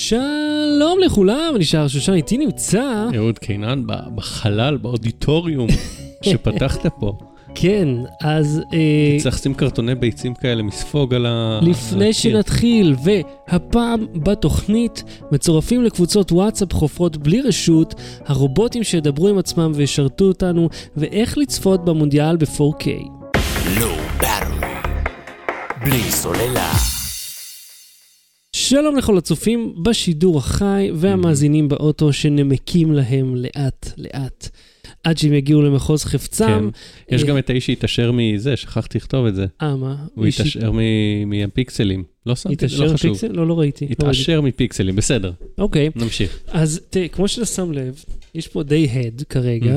שלום לכולם, אני שער שושן, איתי נמצא... אהוד קינן בחלל, באודיטוריום שפתחת פה. כן, אז... צריך לשים קרטוני ביצים כאלה, מספוג על ה... לפני שנתחיל, והפעם בתוכנית מצורפים לקבוצות וואטסאפ חופרות בלי רשות, הרובוטים שידברו עם עצמם וישרתו אותנו, ואיך לצפות במונדיאל ב-4K. Low battery, בלי סוללה. שלום לכל הצופים בשידור החי והמאזינים באוטו שנמקים להם לאט לאט. עד שהם יגיעו למחוז חפצם. כן. יש גם את האיש שהתאשר מזה, שכחתי לכתוב את זה. מה? הוא התאשר מהפיקסלים. לא שמתי, זה לא חשוב. מפיקסל? לא ראיתי. התאשר מפיקסלים, בסדר. אוקיי. נמשיך. אז תראה, כמו שאתה שם לב, יש פה די הד כרגע,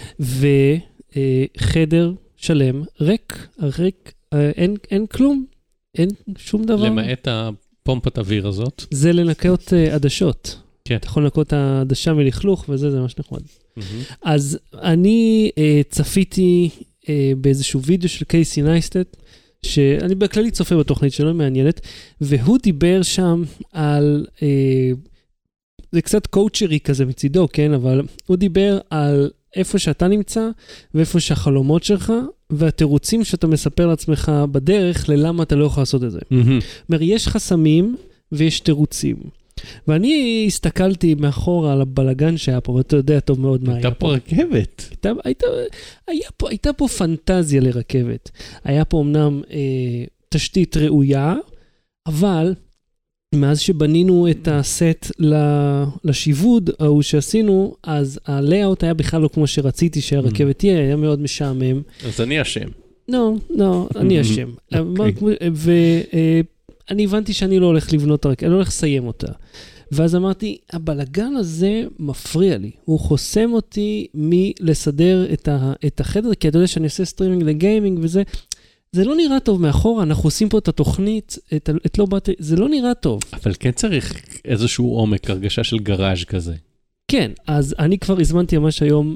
וחדר שלם, ריק, אין כלום, אין שום דבר. למעט הפומפת אוויר הזאת. זה לנקות עדשות. כן. אתה יכול לנקות העדשה מלכלוך, וזה ממש נחמד. אז אני צפיתי באיזשהו וידאו של קייסי נייסטט, שאני בכללי צופה בתוכנית שלו, מעניינת, והוא דיבר שם על, זה קצת קואוצ'רי כזה מצידו, כן? אבל הוא דיבר על איפה שאתה נמצא, ואיפה שהחלומות שלך, והתירוצים שאתה מספר לעצמך בדרך, ללמה אתה לא יכול לעשות את זה. אומר, יש חסמים ויש תירוצים. ואני הסתכלתי מאחורה על הבלגן שהיה פה, ואתה יודע טוב מאוד מה היה פה. הייתה פה רכבת. הייתה פה פנטזיה לרכבת. היה פה אמנם תשתית ראויה, אבל מאז שבנינו את הסט לשיווד, ההוא שעשינו, אז הלייאוט היה בכלל לא כמו שרציתי שהרכבת תהיה, היה מאוד משעמם. אז אני אשם. לא, אני אשם. אני הבנתי שאני לא הולך לבנות הרכבת, אני לא הולך לסיים אותה. ואז אמרתי, הבלגן הזה מפריע לי. הוא חוסם אותי מלסדר את החדר, כי אתה יודע שאני עושה סטרימינג לגיימינג וזה, זה לא נראה טוב מאחורה, אנחנו עושים פה את התוכנית, את לא באתי, זה לא נראה טוב. אבל כן צריך איזשהו עומק, הרגשה של גראז' כזה. כן, אז אני כבר הזמנתי ממש היום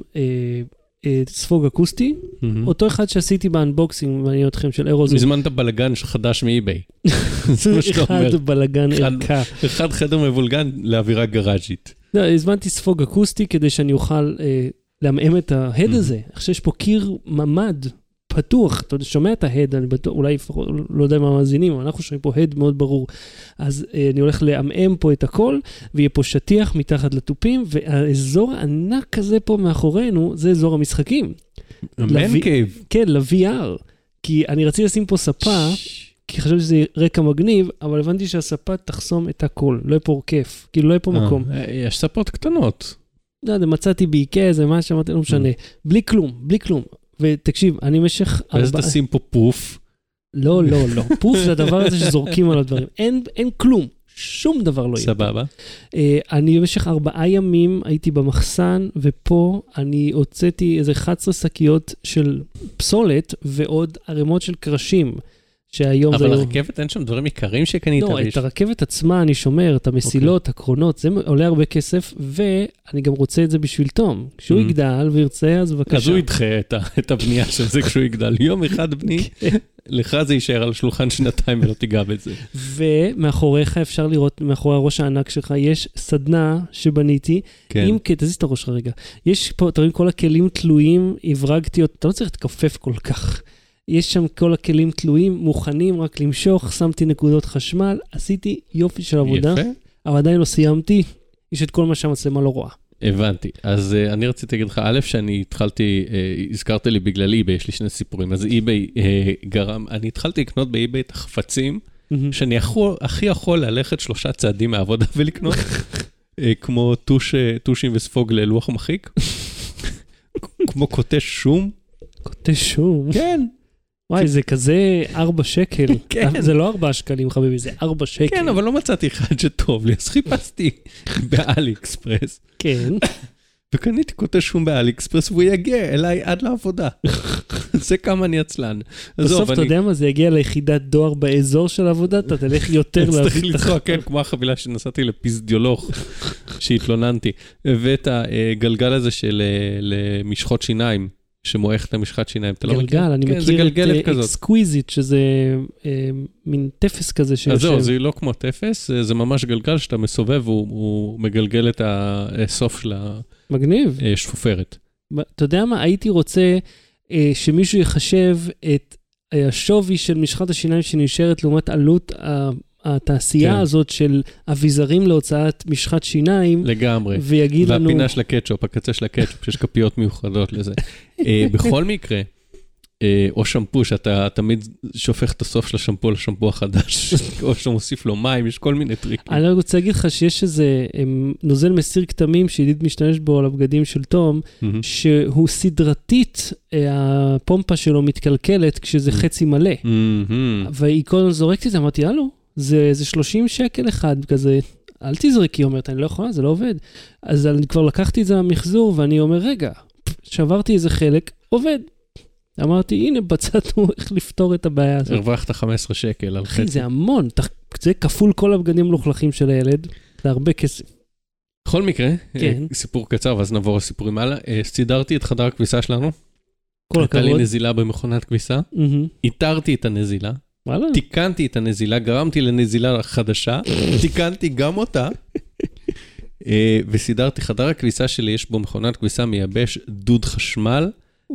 ספוג אקוסטי, אותו אחד שעשיתי באנבוקסינג, מעניין אתכם של אירוזום. הזמנת בלגן חדש מאיביי. אחד בלגן ערכה. אחד חדר מבולגן לאווירה גראז'ית. לא, הזמנתי ספוג אקוסטי כדי שאני אוכל להמאם את ההד הזה. עכשיו יש פה קיר ממד פתוח, אתה שומע את ההד, אני בטוח, אולי לא יודע מה מאזינים, אבל אנחנו שומעים פה הד מאוד ברור. אז אני הולך להמאם פה את הכל, ויהיה פה שטיח מתחת לטופים, והאזור הענק הזה פה מאחורינו, זה אזור המשחקים. המן קייב. כן, ל-VR. כי אני רציתי לשים פה ספה, כי חשבתי שזה רקע מגניב, אבל הבנתי שהספה תחסום את הכל, לא יהיה פה כיף, כאילו לא יהיה פה מקום. יש ספות קטנות. לא יודע, מצאתי באיקאה, זה מה שאמרתי, לא משנה. בלי כלום. ותקשיב, אני משך... ואז תשים פה פוף. לא. פוף זה הדבר הזה שזורקים על הדברים. אין כלום. שום דבר לא יהיה. סבבה. אני במשך 4 ימים הייתי במחסן, ופה אני הוצאתי איזה 11 שקיות של פסולת, ועוד ערימות של קרשים. אבל הרכבת אין שם דברים עיקרים שקנית? לא, את הרכבת עצמה אני שומר, את המסילות, הקרונות, זה עולה הרבה כסף, ואני גם רוצה את זה בשביל תום. כשהוא יגדל וירצה, אז בבקשה. אז הוא ידחה את הבנייה של זה כשהוא יגדל. יום אחד בני, לך זה יישאר על שולחן 2 ולא תיגע בזה. ומאחוריך אפשר לראות, מאחורי הראש הענק שלך, יש סדנה שבניתי, תזיז את הראש רגע. יש פה, אתה רואים, כל הכלים תלויים, הברגתי אותם, אתה לא צריך להתכופף כל כך. יש שם כל הכלים תלויים, מוכנים רק למשוך, שמתי נקודות חשמל, עשיתי יופי של עבודה, אבל עדיין לא סיימתי, יש את כל מה שהמצלמה לא רואה. הבנתי, אז אני רציתי להגיד לך, א', שאני התחלתי, הזכרת לי בגלל eBay, יש לי 2 סיפורים, אז eBay גרם, אני התחלתי לקנות ב-eBay את החפצים, שאני הכי יכול ללכת 3 צעדים מהעבודה ולקנות, כמו טושים וספוג ללוח מחיק, כמו קוטש שום. קוטש שום? כן. וואי, זה כזה 4 שקל. זה לא 4 שקלים, חביבי, זה 4 שקל. כן, אבל לא מצאתי אחד שטוב לי, אז חיפשתי באלי אקספרס. כן. וקניתי קוטש שום באלי אקספרס, והוא יגיע אליי עד לעבודה. זה כמה אני עצלן. בסוף אתה יודע מה, זה יגיע ליחידת דואר באזור של העבודה, אתה תלך יותר להביא את החבילה. לצחוק, כן, כמו החבילה שנסעתי לפיזדיולוך, שהתלוננתי. ואת הגלגל הזה של משחות שיניים, שמועך את המשחת שיניים, אתה לא מכיר? גלגל, אני מכיר את אקסקוויזיט, שזה מין טפס כזה שיושב. אז זהו, זה לא כמו טפס, זה ממש גלגל שאתה מסובב, והוא מגלגל את הסוף של השפופרת. אתה יודע מה? הייתי רוצה שמישהו יחשב את השווי של משחת השיניים שנשארת לעומת עלות התעשייה הזאת של אביזרים להוצאת משחת שיניים. לגמרי. ויגיד לנו... והפינה של הקטשופ, הקצה של הקטשופ, שיש כפיות מיוחדות לזה. בכל מקרה, או שמפו, שאתה תמיד שופך את הסוף של השמפו לשמפו החדש, או שאתה מוסיף לו מים, יש כל מיני טריקים. אני רוצה להגיד לך שיש איזה נוזל מסיר כתמים, שידיד משתמש בו על הבגדים של תום, שהוא סדרתית, הפומפה שלו מתקלקלת כשזה חצי מלא. והיא קודם זורקת את זה, אמרתי, הלו, זה 30 שקל אחד כזה, אל תזרקי, אומרת, אני לא יכולה, זה לא עובד. אז אני כבר לקחתי את זה מהמחזור, ואני אומר, רגע, שברתי איזה חלק, עובד. אמרתי, הנה, בצענו איך לפתור את הבעיה הזאת. הרווחת 15 שקל על חצי. אחי, זה המון, זה כפול כל הבגדים מלוכלכים של הילד, זה הרבה כסף. בכל מקרה, סיפור קצר, ואז נעבור לסיפורים הלאה. סידרתי את חדר הכביסה שלנו. כל הכבוד. הייתה לי נזילה במכונת כביסה. איתרתי את הנזילה. תיקנתי את הנזילה, גרמתי לנזילה חדשה, תיקנתי גם אותה, וסידרתי, חדר הכביסה שלי, יש בו מכונת כביסה מייבש, דוד חשמל,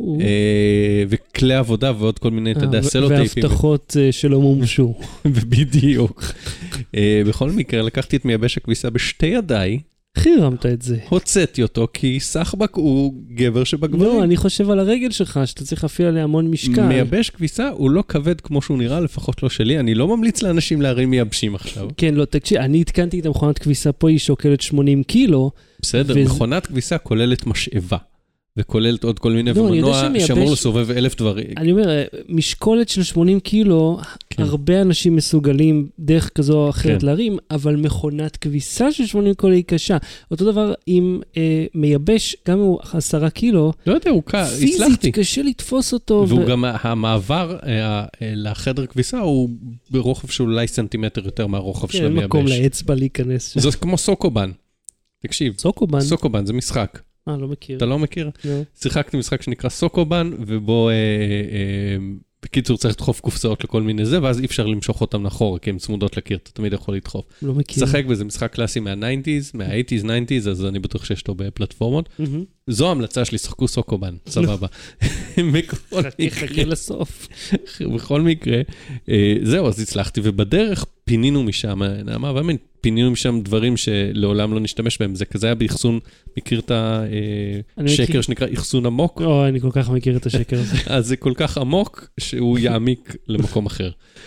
וכלי עבודה ועוד כל מיני, אתה יודע, סלוטייפים. והבטחות שלא מומשו. ובדיוק. בכל מקרה, לקחתי את מייבש הכביסה בשתי ידיי, הכי רמת את זה. הוצאתי אותו, כי סחבק הוא גבר שבגברים. לא, אני חושב על הרגל שלך, שאתה צריך להפעיל עליה המון משקל. מייבש כביסה הוא לא כבד כמו שהוא נראה, לפחות לא שלי. אני לא ממליץ לאנשים להרים מייבשים עכשיו. כן, לא, תקשיב, אני התקנתי את המכונת כביסה פה, היא שוקלת 80 קילו. בסדר, מכונת כביסה כוללת משאבה. וכוללת עוד כל מיני ומנוע שאמור לסובב 1,000 דברים. אני אומר, משקולת של 80 קילו, הרבה אנשים מסוגלים דרך כזו או אחרת להרים, אבל מכונת כביסה של 80 קילו היא קשה. אותו דבר עם מייבש, גם הוא 10 קילו, לא יודע, הוא הצלחתי. פיזית קשה לתפוס אותו. והוא גם, המעבר לחדר כביסה הוא ברוחב של אולי סנטימטר יותר מהרוחב של המייבש. כן, מקום לאצבע להיכנס. זה כמו סוקובן. תקשיב. סוקובן זה משחק. לא מכיר. אתה לא מכיר? שיחקתי משחק שנקרא סוקובן, ובו בקיצור צריך לדחוף קופסאות לכל מיני זה, ואז אי אפשר למשוך אותם לאחור, כי הן צמודות לקיר, אתה תמיד יכול לדחוף. לא מכיר. שחק בזה משחק קלאסי מה-90s, מה-80s, 90s, אז אני בטוח שיש אותו בפלטפורמות. זו ההמלצה שלי, שחקו סוקובן, סבבה. חכה לסוף. בכל מקרה, זהו, אז הצלחתי, ובדרך פינינו משם, נעמה ואמן, פינינו משם דברים שלעולם לא נשתמש בהם, זה כזה היה באחסון, מכיר את השקר שנקרא אחסון עמוק? אני כל כך מכיר את השקר הזה. אז זה כל כך עמוק, שהוא יעמיק למקום אחר.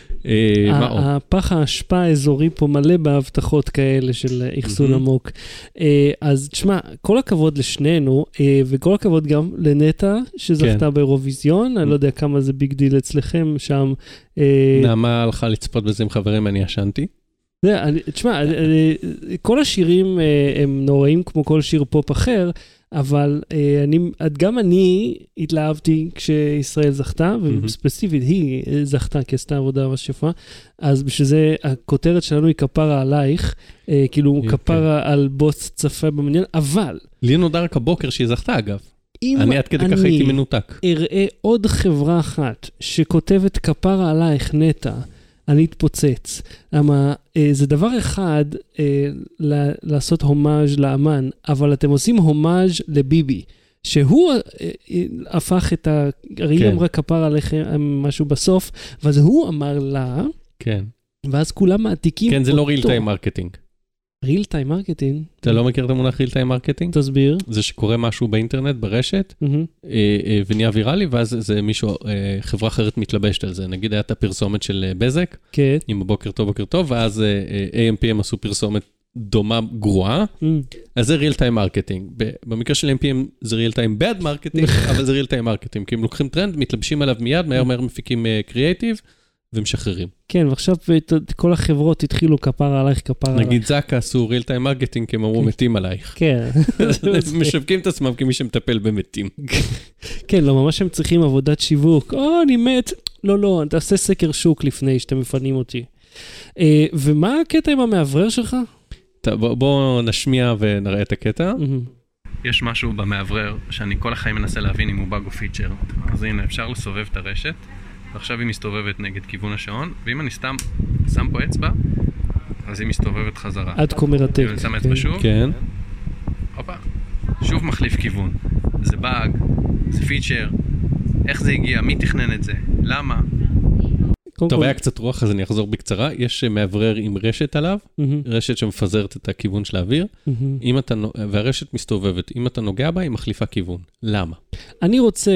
הפח ההשפעה האזורי פה מלא בהבטחות כאלה של אחסון עמוק. אז תשמע, כל הכבוד לשנינו, וכל הכבוד גם לנטה, שזכתה באירוויזיון, אני לא יודע כמה זה ביג דיל אצלכם שם. נעמה הלכה לצפות בזה עם חברים, אני ישנתי. תשמע, כל השירים הם נוראים כמו כל שיר פופ אחר, אבל גם אני התלהבתי כשישראל זכתה, וספציפית היא זכתה כי עשתה עבודה משפה, אז בשביל זה הכותרת שלנו היא כפרה עלייך, כאילו כפרה על בוס צפה במעניין, אבל... לי נודע רק הבוקר שהיא זכתה אגב. אני עד כדי ככה הייתי מנותק. אראה עוד חברה אחת שכותבת כפרה עלייך נטה, אני אתפוצץ. למה זה דבר אחד לעשות הומאז' לאמן, אבל אתם עושים הומאז' לביבי, שהוא הפך את הרי היא אמרה כפרה עליכם משהו בסוף, ואז הוא אמר לה, ואז כולם מעתיקים אותו. כן, זה לא real time marketing. real time marketing? אתה לא מכיר את המונח real time marketing? תסביר. זה שקורה משהו באינטרנט, ברשת, ונהיה ויראלי, ואז זה מישהו, חברה אחרת מתלבשת על זה. נגיד, היה את הפרסומת של בזק, עם בוקר טוב, בוקר טוב, ואז AMPM עשו פרסומת דומה גרועה, אז זה real time marketing. במקרה של AMPM זה real time bad marketing, אבל זה real time marketing, כי הם לוקחים טרנד, מתלבשים עליו מיד, מהר מפיקים קריאייטיב, ומשחררים. כן, ועכשיו כל החברות התחילו כפרה עלייך, כפרה עלייך. נגיד זקה עשו real time marketing, כי הם אמרו מתים עלייך. כן. משווקים את עצמם כמי שמטפל במתים. כן, לא, ממש הם צריכים עבודת שיווק. אני מת. לא, תעשה סקר שוק לפני שאתם מפנים אותי. ומה הקטע עם המעברר שלך? בוא נשמיע ונראה את הקטע. יש משהו במעברר שאני כל החיים מנסה להבין אם הוא באג או פיצ'ר. אז הנה, אפשר לסובב את הרשת, ועכשיו היא מסתובבת נגד כיוון השעון, ואם אני סתם שם פה אצבע, אז היא מסתובבת חזרה. עד כה מרתק. אני שם אצבע שוב. כן. הופה, שוב מחליף כיוון. זה באג, זה פיצ'ר, איך זה הגיע, מי תכנן את זה, למה? טוב, היה קצת רוח, אז אני אחזור בקצרה. יש מעברר עם רשת עליו, רשת שמפזרת את הכיוון של האוויר, והרשת מסתובבת. אם אתה נוגע בה, היא מחליפה כיוון. למה? אני רוצה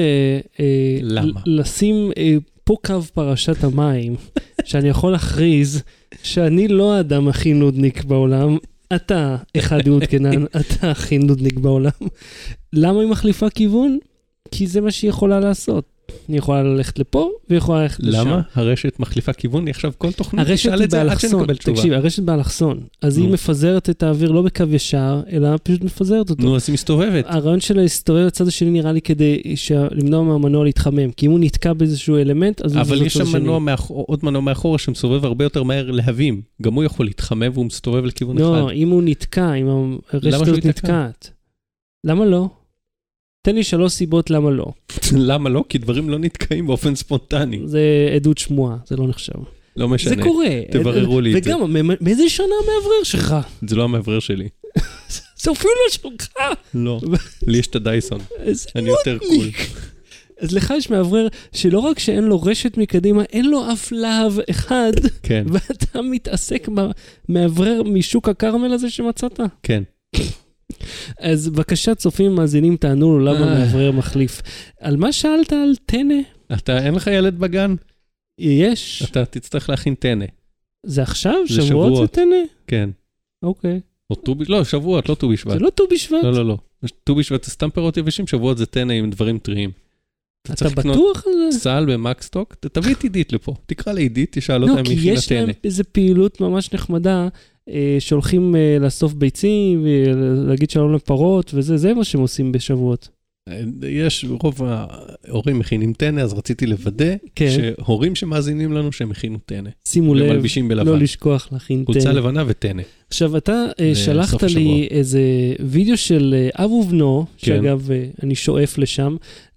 לשים פה קו פרשת המים, שאני יכול להכריז שאני לא האדם הכי נודניק בעולם, אתה אחד יהוד קנן, אתה הכי נודניק בעולם. למה היא מחליפה כיוון? כי זה מה שהיא יכולה לעשות. אני יכולה ללכת לפה, ויכולה ללכת לשם. למה? הרשת מחליפה כיוון, היא עכשיו כל תוכנית, הרשת היא באלכסון, תקשיב, הרשת באלכסון. אז היא מפזרת את האוויר לא בקו ישר, אלא פשוט מפזרת אותו. נו, אז היא מסתובבת. הרעיון שלה להסתובב בצד השני נראה לי כדי למנוע מהמנוע להתחמם, כי אם הוא נתקע באיזשהו אלמנט, אז אבל יש שם עוד מנוע מאחורה שמסובב הרבה יותר מהר להבים. גם הוא יכול להתחמם והוא מסתובב לכיוון אחד. לא, אם הוא נתקע, אם הרשת הזאת נתקעת. למה לא? תן לי 3 סיבות למה לא. למה לא? כי דברים לא נתקעים באופן ספונטני. זה עדות שמועה, זה לא נחשב. לא משנה. זה קורה. תבררו לי את זה. וגם, מאיזה שנה המעברר שלך? זה לא המעברר שלי. זה אפילו לא שלך. לא, לי יש את הדייסון. אני יותר קול. אז לך יש מעברר שלא רק שאין לו רשת מקדימה, אין לו אף להב אחד, כן. ואתה מתעסק במעברר משוק הקרמל הזה שמצאת? כן. אז בבקשה צופים מאזינים תענו לו למה מעברר מחליף. על מה שאלת על טנא? אין לך ילד בגן? יש. אתה תצטרך להכין טנא. זה עכשיו? שבועות זה טנא? כן. אוקיי. לא, שבועות, לא ט"ו בשבט. זה לא ט"ו בשבט? לא. ט"ו בשבט זה סתם פירות יבשים, שבועות זה טנא עם דברים טריים. אתה בטוח על זה? סל במקסטוק, תביא את עידית לפה. תקרא לעידית, תשאל אותה מי הכינה טנא. כי יש להם איזו פעילות ממש נחמדה, שהולכים לאסוף ביצים ולהגיד שלום לפרות, זה מה שהם עושים בשבועות. יש, רוב ההורים מכינים טנא, אז רציתי לוודא שהורים שמאזינים לנו שהם מכינו טנא. שימו לב, לא לשכוח להכין טנא. חולצה לבנה וטנא. עכשיו, אתה שלחת לי איזה וידאו של אב ובנו, שאגב, אני שואף לשם,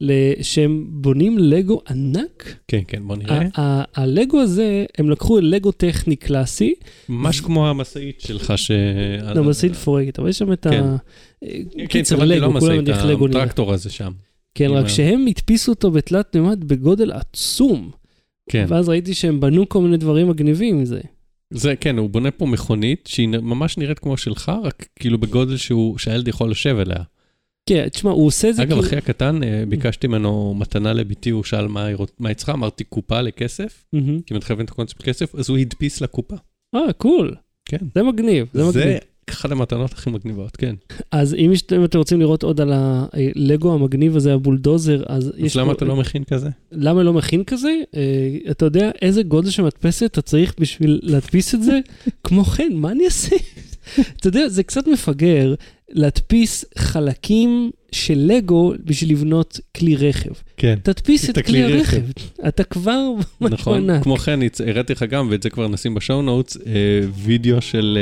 שהם בונים לגו ענק. כן, בוא נראה. הלגו הזה, הם לקחו לגו טכני קלאסי. ממש כמו המסעית שלך לא, מסעית מפורקת, אבל יש שם את ה... קיצר לגו, כולם איך לגו נראה. הטרקטור הזה שם. כן, רק שהם הדפיסו אותו בתלת מימד בגודל עצום. כן. ואז ראיתי שהם בנו כל מיני דברים מגניבים מזה. זה, כן, הוא בונה פה מכונית שהיא ממש נראית כמו שלך, רק כאילו בגודל שהילד יכול לשב אליה. כן, תשמע, הוא עושה את זה אגב, אחי הקטן, ביקשתי ממנו מתנה לביתי, הוא שאל מה היא צריכה, אמרתי קופה לכסף, כי מתכוון את הקונספט כסף, אז הוא הדפיס לקופה. קול. כן. זה מגניב, זה מגניב. זה אחד המתנות הכי מגניבות, כן. אז אם אתם רוצים לראות עוד על הלגו המגניב הזה, הבולדוזר, אז למה אתה לא מכין כזה? למה לא מכין כזה? אתה יודע איזה גודל שמדפסת אתה צריך בשביל להדפיס את זה? כמו כן, מה אני אעשה? אתה יודע, זה קצת מפגר להדפיס חלקים של לגו בשביל לבנות כלי רכב. כן. תדפיס את כלי הרכב. אתה כבר משהו ענק. כמו כן, הראיתי לך גם, ואת זה כבר נשים בשואו נוטס, וידאו של,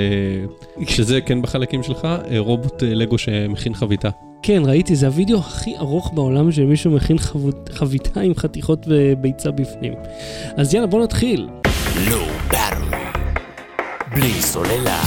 שזה כן בחלקים שלך, רובוט לגו שמכין חביתה. כן, ראיתי, זה הוידאו הכי ארוך בעולם של מישהו מכין חביתה עם חתיכות וביצה בפנים. אז יאללה, בוא נתחיל. Low Battery. בלי סוללה.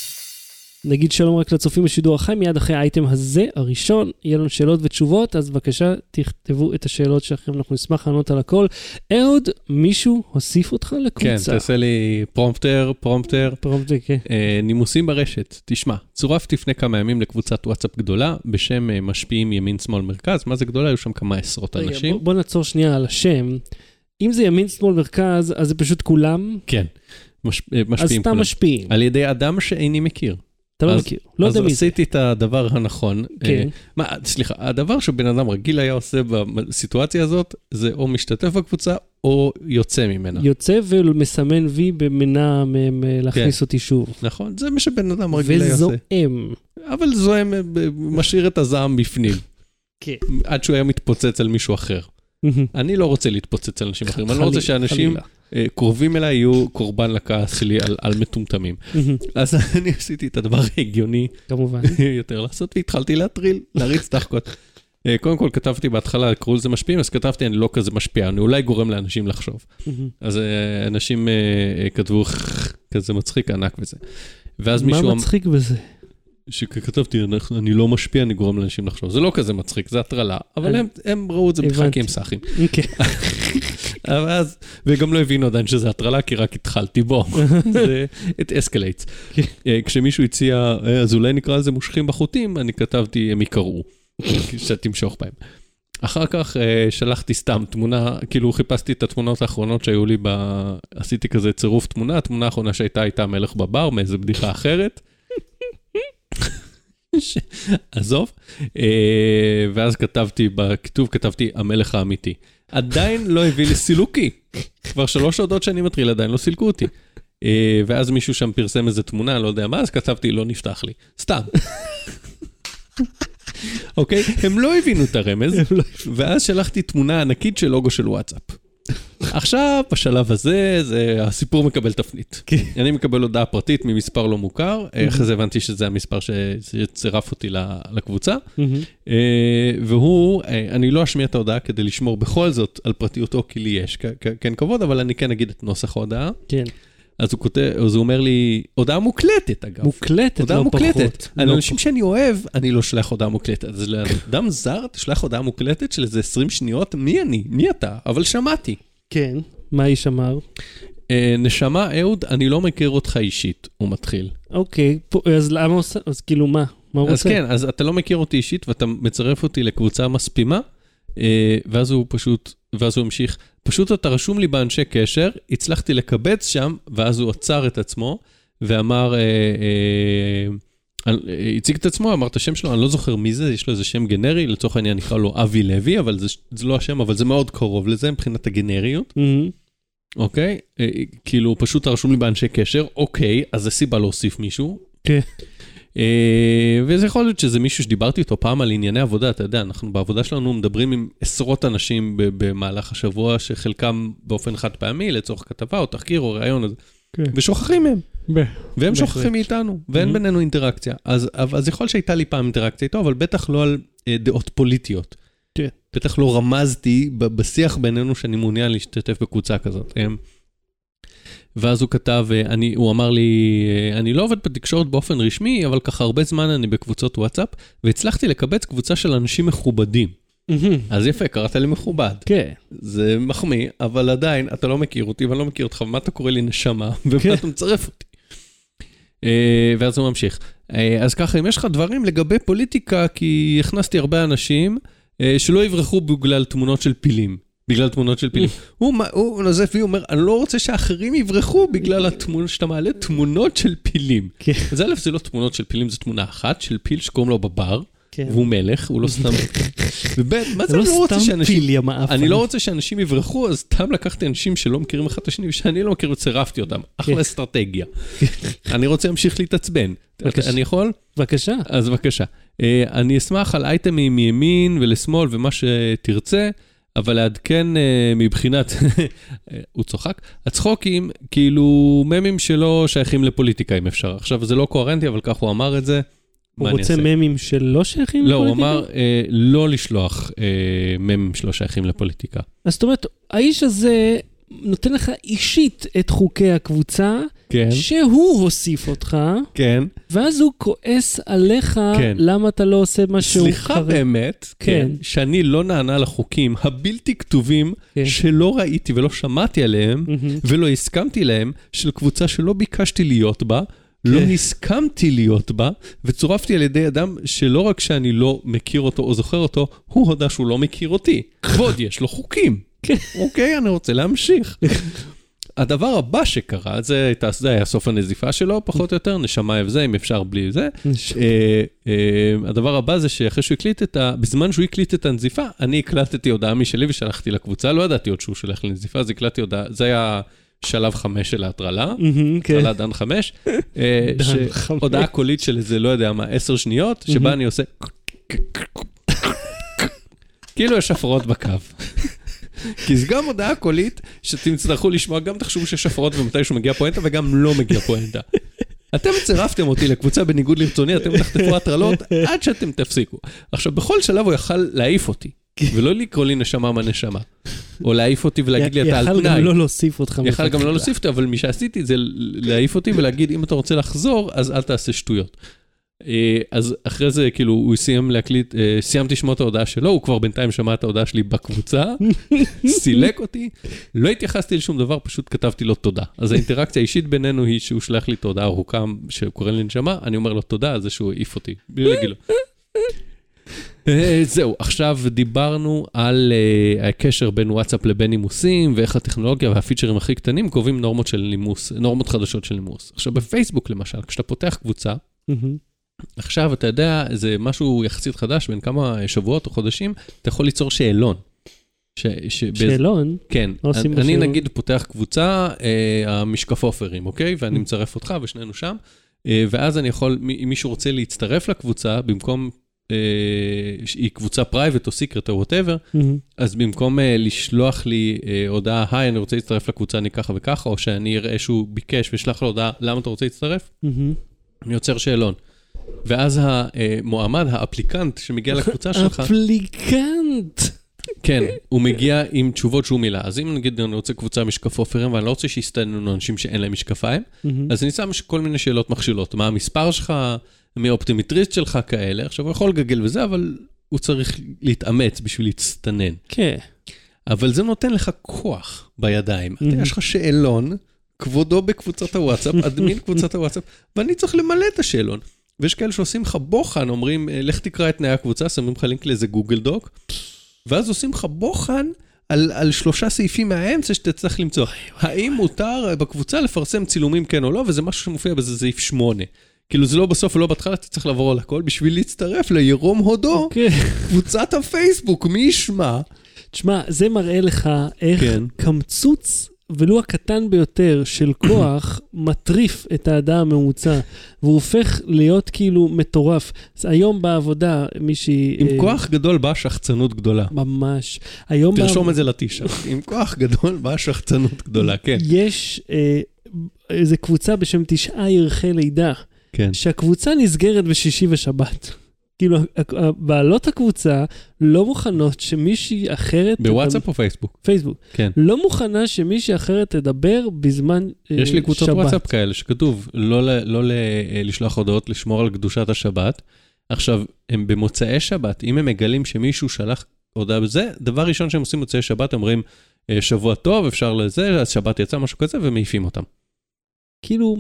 נגיד שלום רק לצופים בשידור החי, מיד אחרי האייטם הזה, הראשון, יהיה לנו שאלות ותשובות, אז בבקשה תכתבו את השאלות שלכם, אנחנו נשמח לענות על הכל. אהוד, מישהו הוסיף אותך לקבוצה? כן, תעשה לי פרומפטר, כן. נימוסים ברשת, תשמע, צורפתי לפני כמה ימים לקבוצת וואטסאפ גדולה, בשם משפיעים ימין שמאל מרכז, מה זה גדולה? היו שם כמה עשרות אנשים. בוא נעצור שנייה על השם, אם זה ימין שמאל מרכז, אז זה פשוט כולם? כן, משפיעים כולם. אז אתה משפיעים. על ידי אדם שאיני מכיר. אתה לא מכיר, לא יודע מי זה. אז עשיתי את הדבר הנכון. כן. סליחה, הדבר שבן אדם רגיל היה עושה בסיטואציה הזאת, זה או משתתף בקבוצה, או יוצא ממנה. יוצא ומסמן וי במנה להכניס אותי שוב. נכון, זה מה שבן אדם רגיל היה עושה. וזועם. אבל זועם משאיר את הזעם בפנים. כן. עד שהוא היה מתפוצץ על מישהו אחר. אני לא רוצה להתפוצץ על אנשים אחרים. אני לא רוצה שאנשים קרובים אליי יהיו קורבן לכעס שלי על מטומטמים. אז אני עשיתי את הדבר ההגיוני. כמובן. יותר לעשות, והתחלתי להריץ דחקות. קודם כל כתבתי בהתחלה, קראו לזה משפיעים, אז כתבתי, אני לא כזה משפיע, אני אולי גורם לאנשים לחשוב. אז אנשים כתבו כזה מצחיק ענק וזה. ואז מישהו... מה מצחיק בזה? שכתבתי, אני לא משפיע, אני גורם לאנשים לחשוב. זה לא כזה מצחיק, זה הטרלה, אבל הם ראו את זה בדחקים סאחים. וגם לא הבינו עדיין שזה הטרלה, כי רק התחלתי בו. זה את אסקלייטס. כשמישהו הציע, אז אולי נקרא לזה מושכים בחוטים, אני כתבתי, הם יקראו. שתמשוך בהם. אחר כך שלחתי סתם תמונה, כאילו חיפשתי את התמונות האחרונות שהיו לי, עשיתי כזה צירוף תמונה, התמונה האחרונה שהייתה הייתה מלך בבר, מאיזו בדיחה אחרת. עזוב. ואז כתבתי, בכתוב כתבתי המלך האמיתי. עדיין לא הביא לי סילוקי. כבר 3 הודות שאני מטריל, עדיין לא סילקו אותי. ואז מישהו שם פרסם איזה תמונה, לא יודע מה, אז כתבתי, לא נפתח לי. סתם. אוקיי? הם לא הבינו את הרמז, ואז שלחתי תמונה ענקית של לוגו של וואטסאפ. עכשיו, בשלב הזה, הסיפור מקבל תפנית. אני מקבל הודעה פרטית ממספר לא מוכר, אחרי זה הבנתי שזה המספר שצירף אותי לקבוצה, והוא, אני לא אשמיע את ההודעה כדי לשמור בכל זאת על פרטיותו, כי לי יש כן כבוד, אבל אני כן אגיד את נוסח ההודעה. כן. אז הוא אומר לי, הודעה מוקלטת אגב. מוקלטת, לא פחות. על אנשים שאני אוהב, אני לא שלח הודעה מוקלטת. אז לאדם זר, תשלח הודעה מוקלטת של איזה 20 שניות, מי אני? מי אתה? אבל שמעתי. כן, מה איש אמר? נשמה, אהוד, אני לא מכיר אותך אישית, הוא מתחיל. אוקיי, אז למה עושה? אז כאילו מה? מה הוא רוצה? אז כן, אז אתה לא מכיר אותי אישית, ואתה מצרף אותי לקבוצה מספימה, ואז הוא המשיך, פשוט אתה רשום לי באנשי קשר, הצלחתי לקבץ שם, ואז הוא עצר את עצמו, ואמר, הציג את עצמו, אמר את השם שלו, אני לא זוכר מי זה, יש לו איזה שם גנרי, לצורך העניין נקרא לו אבי לוי, אבל זה לא השם, אבל זה מאוד קרוב לזה, מבחינת הגנריות. אוקיי? כאילו, פשוט רשום לי באנשי קשר, אוקיי, אז זה סיבה להוסיף מישהו. כן. וזה יכול להיות שזה מישהו שדיברתי איתו פעם על ענייני עבודה, אתה יודע, אנחנו בעבודה שלנו מדברים עם עשרות אנשים במהלך השבוע, שחלקם באופן חד פעמי, לצורך כתבה או תחקיר או רעיון, ושוכחים מהם. והם שוכחים מאיתנו, ואין בינינו אינטראקציה. אז יכול שהייתה לי פעם אינטראקציה איתו, אבל בטח לא על דעות פוליטיות. בטח לא רמזתי בשיח בינינו שאני מעוניין להשתתף בקבוצה כזאת. ואז הוא כתב, הוא אמר לי, אני לא עובד בתקשורת באופן רשמי, אבל ככה הרבה זמן אני בקבוצות וואטסאפ, והצלחתי לקבץ קבוצה של אנשים מכובדים. אז יפה, קראת לי מכובד. כן. זה מחמיא, אבל עדיין אתה לא מכיר אותי, ואני לא מכיר אותך, ומה אתה קורא לי נשמה, ומה אתה מצרף אותי. ואז הוא ממשיך. אז ככה, אם יש לך דברים לגבי פוליטיקה, כי הכנסתי הרבה אנשים, שלא יברחו בגלל תמונות של פילים. בגלל תמונות של פילים. הוא נוזף והוא אומר, אני לא רוצה שאחרים יברחו בגלל התמונות שאתה מעלה, תמונות של פילים. אז א', זה לא תמונות של פילים, זה תמונה אחת של פיל שקוראים לו בבר, והוא מלך, הוא לא סתם... וב' מה זה לא רוצה שאנשים... אני לא רוצה שאנשים יברחו, אז סתם לקחתי אנשים שלא מכירים אחד את השני, ושאני לא מכיר וצירפתי אותם. אחלה אסטרטגיה. אני רוצה להמשיך להתעצבן. אני יכול? בבקשה. אז בבקשה. אני אשמח על אייטמים מימין ולשמאל ומה שתרצה, אבל לעדכן מבחינת, הוא צוחק, הצחוקים, כאילו ממים שלא שייכים לפוליטיקה אם אפשר. עכשיו זה לא קוהרנטי, אבל כך הוא אמר את זה. הוא רוצה ממים שלא שייכים לפוליטיקה? לא, הוא אמר לא לשלוח ממים שלא שייכים לפוליטיקה. אז זאת אומרת, האיש הזה נותן לך אישית את חוקי הקבוצה, כן. שהוא הוסיף אותך, כן. ואז הוא כועס עליך, כן. למה אתה לא עושה מה שהוא סליחה באמת, כן. שאני לא נענה לחוקים הבלתי כתובים, כן. שלא ראיתי ולא שמעתי עליהם, ולא הסכמתי להם, של קבוצה שלא ביקשתי להיות בה, לא הסכמתי להיות בה, וצורפתי על ידי אדם שלא רק שאני לא מכיר אותו או זוכר אותו, הוא הודע שהוא לא מכיר אותי. ועוד יש לו חוקים. אוקיי, אני רוצה להמשיך. הדבר הבא שקרה, זה היה סוף הנזיפה שלו, פחות או יותר, נשמה הבזה, אם אפשר בלי זה. הדבר הבא זה שאחרי שהוא הקליט בזמן שהוא הקליט את הנזיפה, אני הקלטתי הודעה משלי ושלחתי לקבוצה, לא ידעתי עוד שהוא שלח לנזיפה, אז הקלטתי הודעה, זה היה שלב 5 של ההטרלה, הטרלה דן 5, הודעה קולית של איזה, לא יודע מה, 10 שניות, שבה אני עושה, כאילו יש הפרעות בקו. כי זה גם הודעה קולית, שאתם תצטרכו לשמוע, גם תחשבו שיש הפרעות ומתי שהוא מגיע פואנטה, וגם לא מגיע פואנטה. אתם צירפתם אותי לקבוצה בניגוד לרצוני, אתם תחטפו הטרלות עד שאתם תפסיקו. עכשיו, בכל שלב הוא יכל להעיף אותי, ולא לקרוא לי נשמה מה נשמה, או להעיף אותי ולהגיד לי, אתה על תנאי. יכל גם לא להוסיף אותך. יכל גם לא להוסיף אותי, אבל מי שעשיתי זה להעיף אותי ולהגיד, אם אתה רוצה לחזור, אז אל תעשה שטויות. אז אחרי זה, כאילו, הוא סיים להקליט, סיימתי לשמוע את ההודעה שלו, הוא כבר בינתיים שמע את ההודעה שלי בקבוצה, סילק אותי, לא התייחסתי לשום דבר, פשוט כתבתי לו תודה. אז האינטראקציה האישית בינינו היא שהוא שלח לי תודה ארוכה, שקורא לי נשמה, אני אומר לו תודה, אז זה שהוא העיף אותי, בלי להגיד לו. זהו, עכשיו דיברנו על הקשר בין וואטסאפ לבין נימוסים, ואיך הטכנולוגיה והפיצ'רים הכי קטנים קובעים נורמות של נימוס, נורמות חדשות של נימוס. עכשיו, בפייסבוק למשל, כשאתה פותח קבוצה, עכשיו, אתה יודע, זה משהו יחסית חדש, בין כמה שבועות או חודשים, אתה יכול ליצור שאלון. שאלון? כן. אני נגיד פותח קבוצה, המשקפופרים, אוקיי? ואני מצרף אותך ושנינו שם, ואז אני יכול, אם מישהו רוצה להצטרף לקבוצה, במקום, היא קבוצה פרייבט או סיקרט או whatever, אז במקום לשלוח לי הודעה, היי, אני רוצה להצטרף לקבוצה, אני ככה וככה, או שאני אראה שהוא ביקש ושלח לו הודעה, למה אתה רוצה להצטרף? אני יוצר שאלון. ואז המועמד, האפליקנט שמגיע לקבוצה שלך... אפליקנט! כן, הוא מגיע עם תשובות שהוא מילה. אז אם נגיד אני רוצה קבוצה משקפופרים, ואני לא רוצה שיסתננו אנשים שאין להם משקפיים, אז אני שם כל מיני שאלות מכשילות. מה המספר שלך, מי האופטימטריסט שלך כאלה. עכשיו הוא יכול לגגל וזה, אבל הוא צריך להתאמץ בשביל להצטנן. כן. אבל זה נותן לך כוח בידיים. יש לך שאלון, כבודו בקבוצת הוואטסאפ, אדמין קבוצת הוואטסאפ, ואני צריך למלא את השאלון. ויש כאלה שעושים לך בוחן, אומרים, לך תקרא את תנאי הקבוצה, שמים לך לינק לאיזה גוגל דוק, ואז עושים לך בוחן על 3 סעיפים מהאמצע שאתה צריך למצוא. האם מותר בקבוצה לפרסם צילומים כן או לא, וזה משהו שמופיע בזה סעיף 8. כאילו זה לא בסוף ולא בהתחלה, אתה צריך לעבור על הכל בשביל להצטרף לירום הודו, קבוצת הפייסבוק, מי ישמע? תשמע, זה מראה לך איך קמצוץ, ולו הקטן ביותר של כוח, מטריף את האדם הממוצע, והוא הופך להיות כאילו מטורף. היום בעבודה, מישהי... עם כוח גדול באה שחצנות גדולה. ממש. תרשום את זה לטישה. עם כוח גדול באה שחצנות גדולה, כן. יש איזו קבוצה בשם 9 ירחי לידה, שהקבוצה נסגרת בשישי ושבת. כאילו, בעלות הקבוצה לא מוכנות שמישהי אחרת... בוואטסאפ או פייסבוק? פייסבוק. כן. לא מוכנה שמישהי אחרת תדבר בזמן שבת. יש לי קבוצות וואטסאפ כאלה שכתוב, לא לשלוח הודעות, לשמור על קדושת השבת. עכשיו, הם במוצאי שבת, אם הם מגלים שמישהו שלח הודעה בזה, דבר ראשון שהם עושים מוצאי שבת, אומרים, שבוע טוב, אפשר לזה, אז שבת יצא משהו כזה, ומעיפים אותם. כאילו...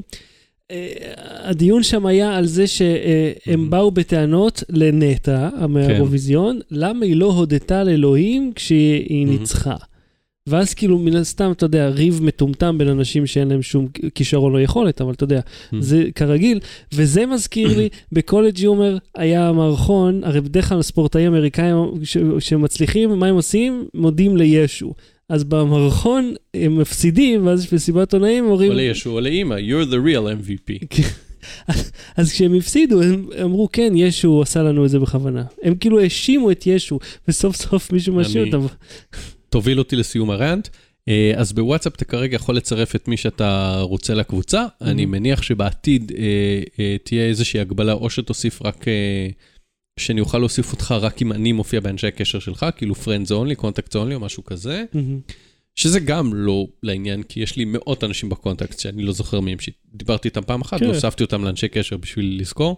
הדיון שם היה על זה שהם באו בטענות לנטה, מהאירוויזיון, למה היא לא הודתה לאלוהים כשהיא ניצחה. ואז כאילו מן הסתם, אתה יודע, ריב מטומטם בין אנשים שאין להם שום כישרון או יכולת, אבל אתה יודע, זה כרגיל, וזה מזכיר לי, בקולג' יומר היה מערכון, הרי בדרך כלל ספורטאי אמריקאים שמצליחים, מה הם עושים? מודים לישו. אז במערכון הם מפסידים, ואז בסיבת עונאים אומרים... או לישו, או לאמא, you're the real MVP. אז כשהם הפסידו, הם אמרו, כן, ישו עשה לנו את זה בכוונה. הם כאילו האשימו את ישו, וסוף סוף מישהו משאיר אותם. תוביל אותי לסיום הרנט. אז בוואטסאפ אתה כרגע יכול לצרף את מי שאתה רוצה לקבוצה. אני מניח שבעתיד תהיה איזושהי הגבלה, או שתוסיף רק... שאני אוכל להוסיף אותך רק אם אני מופיע באנשי הקשר שלך, כאילו friends only, contact only או משהו כזה, שזה גם לא לעניין, כי יש לי מאות אנשים בקונטקט שאני לא זוכר מי דיברתי איתם פעם אחת, והוספתי אותם לאנשי קשר בשביל לזכור,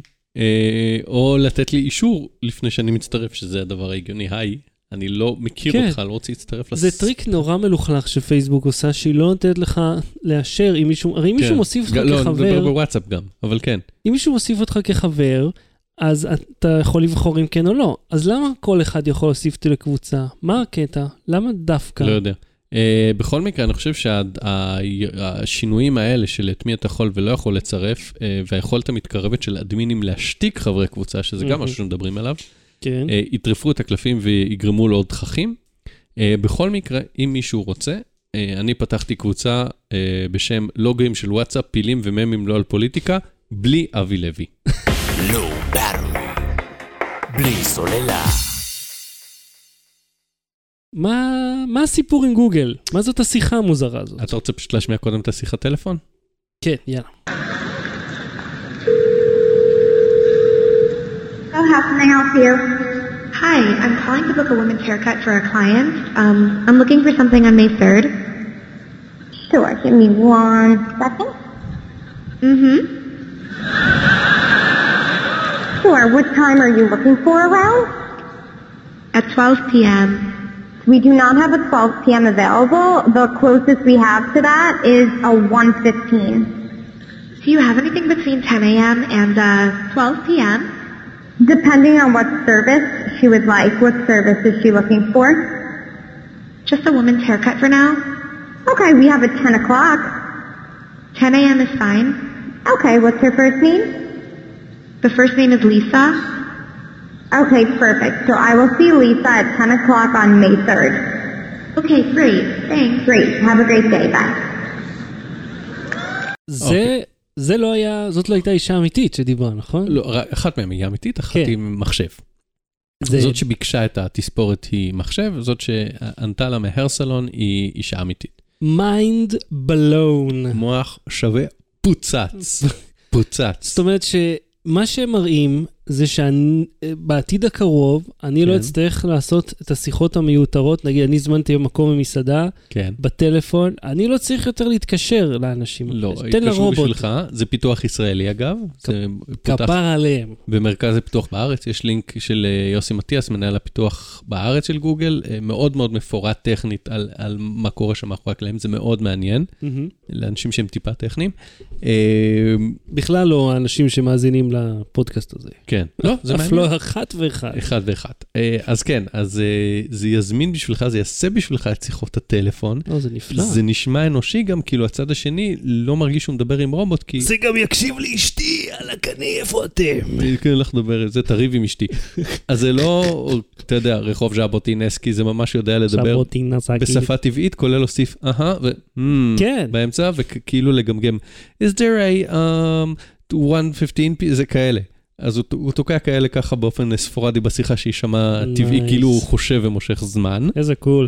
או לתת לי אישור לפני שאני מצטרף, שזה הדבר ההגיוני, היי, אני לא מכיר אותך, לא רוצה להצטרף זה טריק נורא מלוכלך שפייסבוק עושה, שהיא לא נותנת לך לאשר, הרי אם מישהו מוסיף אותך כחבר, לא, בוואטסאפ גם, אבל כן. אם מישהו מוסיף אותך כחבר, אז אתה יכול לבחור אם כן או לא. אז למה כל אחד יכול להוסיף אותי לקבוצה? מה הקטע? למה דווקא? לא יודע. בכל מקרה, אני חושב שהשינויים האלה של את מי אתה יכול ולא יכול לצרף, והיכולת המתקרבת של אדמינים להשתיק חברי קבוצה, שזה גם משהו שמדברים עליו, יטרפו את הקלפים ויגרמו לו עוד תככים. בכל מקרה, אם מישהו רוצה, אני פתחתי קבוצה בשם לוגים של וואטסאפ, פילים וממים לא על פוליטיקה, בלי אבי לוי. לא ברור. בלי סוללה. מה הסיפור עם גוגל? מה זאת השיחה המוזרה הזאת? אתה רוצה פשוט להשמיע קודם את השיחת טלפון? כן, יאללה. So how can I help you? Hi, I'm calling to book a women's haircut for a client. I'm looking for something on May 3rd. Sure, give me 1 second. Sure, what time are you looking for around? At 12 p.m. We do not have a 12 p.m. available. The closest we have to that is a 1:15. Do you have anything between 10 a.m. and 12 p.m.? Depending on what service she would like. What service is she looking for? Just a woman's haircut for now. Okay, we have at 10 o'clock. 10 a.m. is fine. Okay, what's her first name? The first name is Lisa. Okay, perfect. So I will see Lisa at 10 o'clock on May 3rd. Okay, great. Thanks. Great. Have a great day. Bye. זאת לא הייתה אישה אמיתית שדיברה, נכון? לא, אחת מהם היא אמיתית, אחת היא מחשב. זאת שביקשה את התספורת היא מחשב, זאת שענתה לה מהר סלון היא אישה אמיתית. Mind blown. מוח שווה פוצץ. פוצץ. זאת אומרת שמה שהם מראים זה שבעתיד הקרוב אני לא אצטרך לעשות את השיחות המיותרות, נגיד אני הזמנתי במקום במסעדה, בטלפון, אני לא צריך יותר להתקשר לאנשים. לא, התקשרו בשבילך, זה פיתוח ישראלי אגב. כפר עליהם. במרכז הפיתוח בארץ, יש לינק של יוסי מתיאס, מנהל הפיתוח בארץ של גוגל, מאוד מאוד מפורט טכנית על מה קורה שם מאחורי הקלעים, זה מאוד מעניין, לאנשים שהם טיפה טכניים. בכלל לא האנשים שמאזינים לפודקאסט הזה. כן. לא, זה מעניין. אף לא אחת ואחת. אחד ואחת. אז כן, אז זה יזמין בשבילך, זה יעשה בשבילך את שיחות הטלפון. זה נפלא. זה נשמע אנושי גם, כאילו הצד השני לא מרגיש שהוא מדבר עם רובוט, כי... זה גם יקשיב לאשתי, על הקני, איפה אתם? כן, לך לדבר, זה תריב עם אשתי. אז זה לא, אתה יודע, רחוב ז'בוטינסקי, זה ממש יודע לדבר בשפה טבעית, כולל להוסיף, באמצע, וכאילו לגמגם, is there a 1:15, זה כאלה. אז הוא תוקע כאלה ככה באופן ספורדי בשיחה שהיא שמעה טבעי, כאילו הוא חושב ומושך זמן. איזה קול.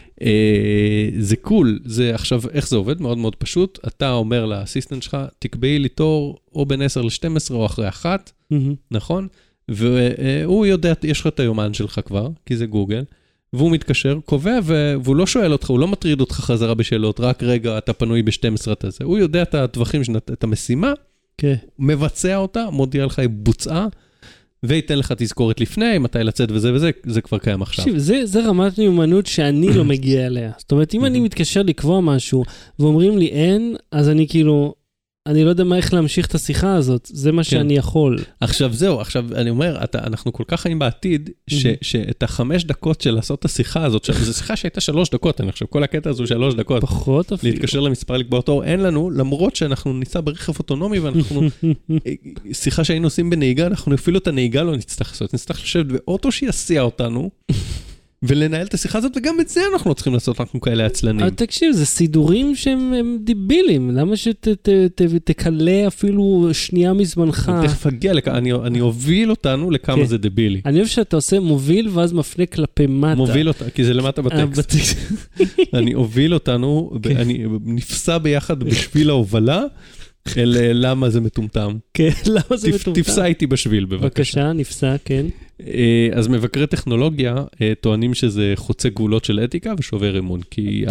זה קול. זה עכשיו, איך זה עובד? מאוד מאוד פשוט. אתה אומר לאסיסטנט שלך, תקבעי לי תור או בין 10 ל-12 או אחרי 1, נכון? והוא יודע, יש לך את היומן שלך כבר, כי זה גוגל, והוא מתקשר, קובע, והוא לא שואל אותך, הוא לא מטריד אותך חזרה בשאלות, רק רגע, אתה פנוי ב-12 את זה. הוא יודע את הטווחים, את המשימה, מבצע אותה, מודיע לך היא בוצעה, וייתן לך תזכורת לפני, מתי לצאת וזה וזה, זה כבר קיים עכשיו. זה רמת מיומנות שאני לא מגיע אליה. זאת אומרת, אם אני מתקשר לקבוע משהו, ואומרים לי אין, אז אני כאילו, אני לא יודע איך להמשיך את השיחה הזאת, זה מה שאני יכול. עכשיו זהו, עכשיו אני אומר, אנחנו כל כך חיים בעתיד, שאת 5 דקות של לעשות את השיחה הזאת, זו שיחה שהייתה 3 דקות, אני חושב, כל הקטע הזו 3 דקות. פחות אפילו. להתקשר למספר לקבוע תור, אין לנו, למרות שאנחנו ניסע ברכב אוטונומי, ואנחנו, שיחה שהיינו עושים בנהיגה, אנחנו אפילו את הנהיגה לא נצטרך לעשות, נצטרך לשבת באוטו שיסיע אותנו, ולנהל את השיחה הזאת, וגם את זה אנחנו לא צריכים לעשות, אנחנו כאלה עצלנים. אבל תקשיב, זה סידורים שהם דיבילים, למה שתקלה אפילו שנייה מזמנך? אני תכף אגיע לכאן, אני אוביל אותנו לכמה זה דיבילי. אני אוהב שאתה עושה מוביל, ואז מפנה כלפי מטה. מוביל אותה, כי זה למטה בטקסט. אני אוביל אותנו, אני נפסע ביחד בשביל ההובלה, אל למה זה מטומטם. כן, למה זה מטומטם? תפסע איתי בשביל, בבקשה. בבקשה, נפסע, כן. אז מבקרי טכנולוגיה טוענים שזה חוצה גבולות של אתיקה ושובר אמון, כי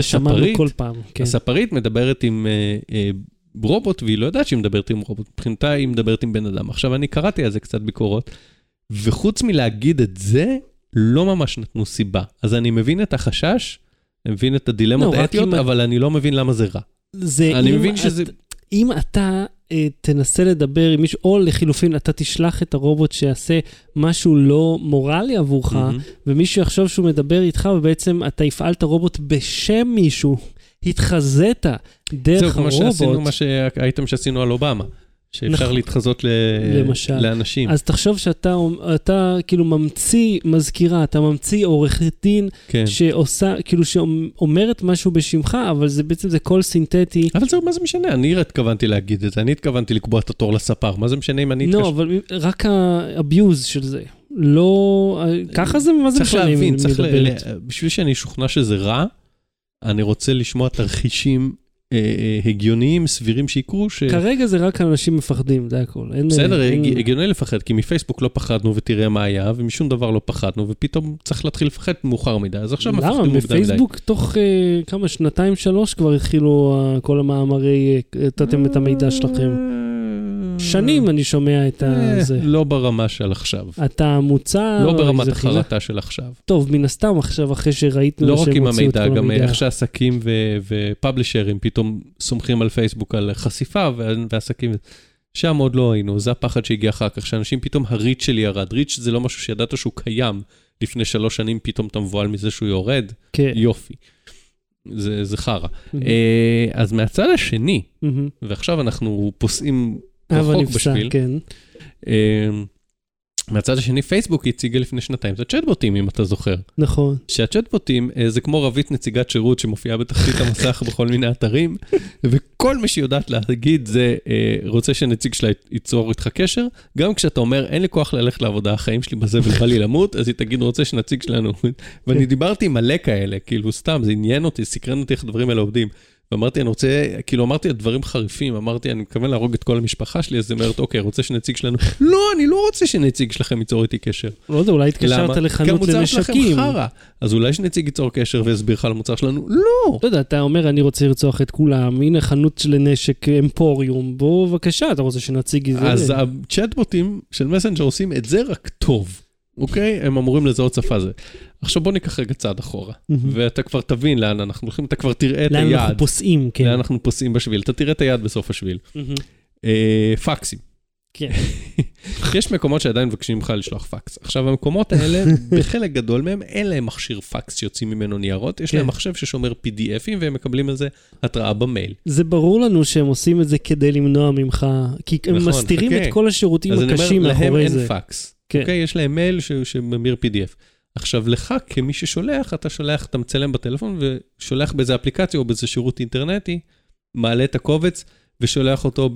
הספרית מדברת עם רובוט, והיא לא יודעת שהיא מדברת עם רובוט, מבחינתה היא מדברת עם בן אדם. עכשיו, אני קראתי על זה קצת ביקורות, וחוץ מלהגיד את זה, לא ממש נתנו סיבה. אז אני מבין את החשש, אני מבין את הדילמות האתיות, אבל אני לא מבין למה זה רע. אני מבין שזה... אם אתה תנסה לדבר עם מישהו, או לחילופין, אתה תשלח את הרובוט שיעשה משהו לא מורלי עבורך, ומישהו יחשוב שהוא מדבר איתך, ובעצם אתה יפעל את הרובוט בשם מישהו, התחזית דרך הרובוט. זהו, כמו שהאייטם שעשינו על אובמה. שאפשר להתחזות לאנשים. אז תחשוב שאתה כאילו ממציא מזכירה, אתה ממציא עורך דין שעושה, כאילו שאומרת משהו בשמך, אבל זה בעצם זה קול סינתטי. אבל זהו, מה זה משנה? אני התכוונתי להגיד את זה, אני התכוונתי לקבוע את התור לספר, מה זה משנה אם אני... לא, אבל רק האביוז של זה. לא, ככה זה, מה זה צריך להבין, בשביל שאני שוכנע שזה רע, אני רוצה לשמוע תרחישים הגיוניים, סבירים שיקרו. כרגע זה רק אנשים מפחדים, זה הכל. בסדר, הגיוני לפחד, כי מפייסבוק לא פחדנו ותראה מה היה, ומשום דבר לא פחדנו, ופתאום צריך להתחיל לפחד מאוחר מדי, אז עכשיו מפחדים מוקדם מדי. למה? מפייסבוק תוך כמה, 2-3 כבר התחילו כל המאמרי, נתתם את המידע שלכם. שנים אני שומע את זה. לא ברמה של עכשיו. אתה מוצא... לא ברמת החרטה של עכשיו. טוב, מן הסתם עכשיו, אחרי שראיתנו לא רק עם המידע, גם איך שעסקים ופאבלישרים פתאום סומכים על פייסבוק על חשיפה ועסקים. שם עוד לא היינו, זה הפחד שהגיע אחר כך, שאנשים פתאום הריץ' שלי ירד. ריץ' זה לא משהו שידעת שהוא קיים. לפני 3 שנים פתאום אתה מבועל מזה שהוא יורד. יופי. זה חרה. אז מהצד השני, ועכשיו אנחנו פוסעים רחוק בשביל. מהצד השני, פייסבוק הציגה לפני 2 זה צ'אטבוטים, אם אתה זוכר. נכון. שהצ'אטבוטים זה כמו רבית נציגת שירות שמופיעה בתחתית המסך בכל מיני אתרים, וכל מי שיודעת להגיד זה רוצה שנציג שלה ייצור איתך קשר, גם כשאתה אומר, אין לי כוח ללכת לעבודה, החיים שלי בזה ובא לי למות, אז היא תגיד, רוצה שנציג שלנו. ואני דיברתי מלא כאלה, כאילו סתם, זה עניין אותי, סקרן אותי איך הדברים האלה עובדים. ואמרתי, אני רוצה, כאילו אמרתי דברים חריפים, אמרתי, אני מתכוון להרוג את כל המשפחה שלי, אז היא אומרת, אוקיי, רוצה שנציג שלנו? לא, אני לא רוצה שנציג שלכם ייצור איתי קשר. לא יודע, אולי התקשרת לחנות לנשקים. אז אולי שנציג ייצור קשר והסביר לך על המוצר שלנו? לא. לא יודע, אתה אומר, אני רוצה לרצוח את כולם, הנה חנות של נשק אמפוריום, בוא, בבקשה, אתה רוצה שנציג את זה? אז הצ'אטבוטים של מסנג'ר עושים את זה רק טוב. אוקיי? הם אמורים לזהות שפה זה. עכשיו בוא ניקח רגע צעד אחורה, ואתה כבר תבין לאן אנחנו הולכים, אתה כבר תראה את היעד. לאן אנחנו פוסעים, כן. לאן אנחנו פוסעים בשביל, אתה תראה את היעד בסוף השביל. פקסים. כן. יש מקומות שעדיין מבקשים לך לשלוח פקס. עכשיו המקומות האלה, בחלק גדול מהם, אין להם מכשיר פקס שיוצאים ממנו ניירות, יש להם מחשב ששומר PDFים, והם מקבלים על זה התראה במייל. זה ברור לנו שהם עושים את זה כדי למנוע ממך, כי הם מסתירים את כל השירותים הקשים מאחורי זה. להם אין פקס. אוקיי, יש להם מייל שממיר PDF. עכשיו, לך, כמי ששולח, אתה שולח, אתה מצלם בטלפון, ושולח באיזה אפליקציה או באיזה שירות אינטרנטי, מעלה את הקובץ, ושולח אותו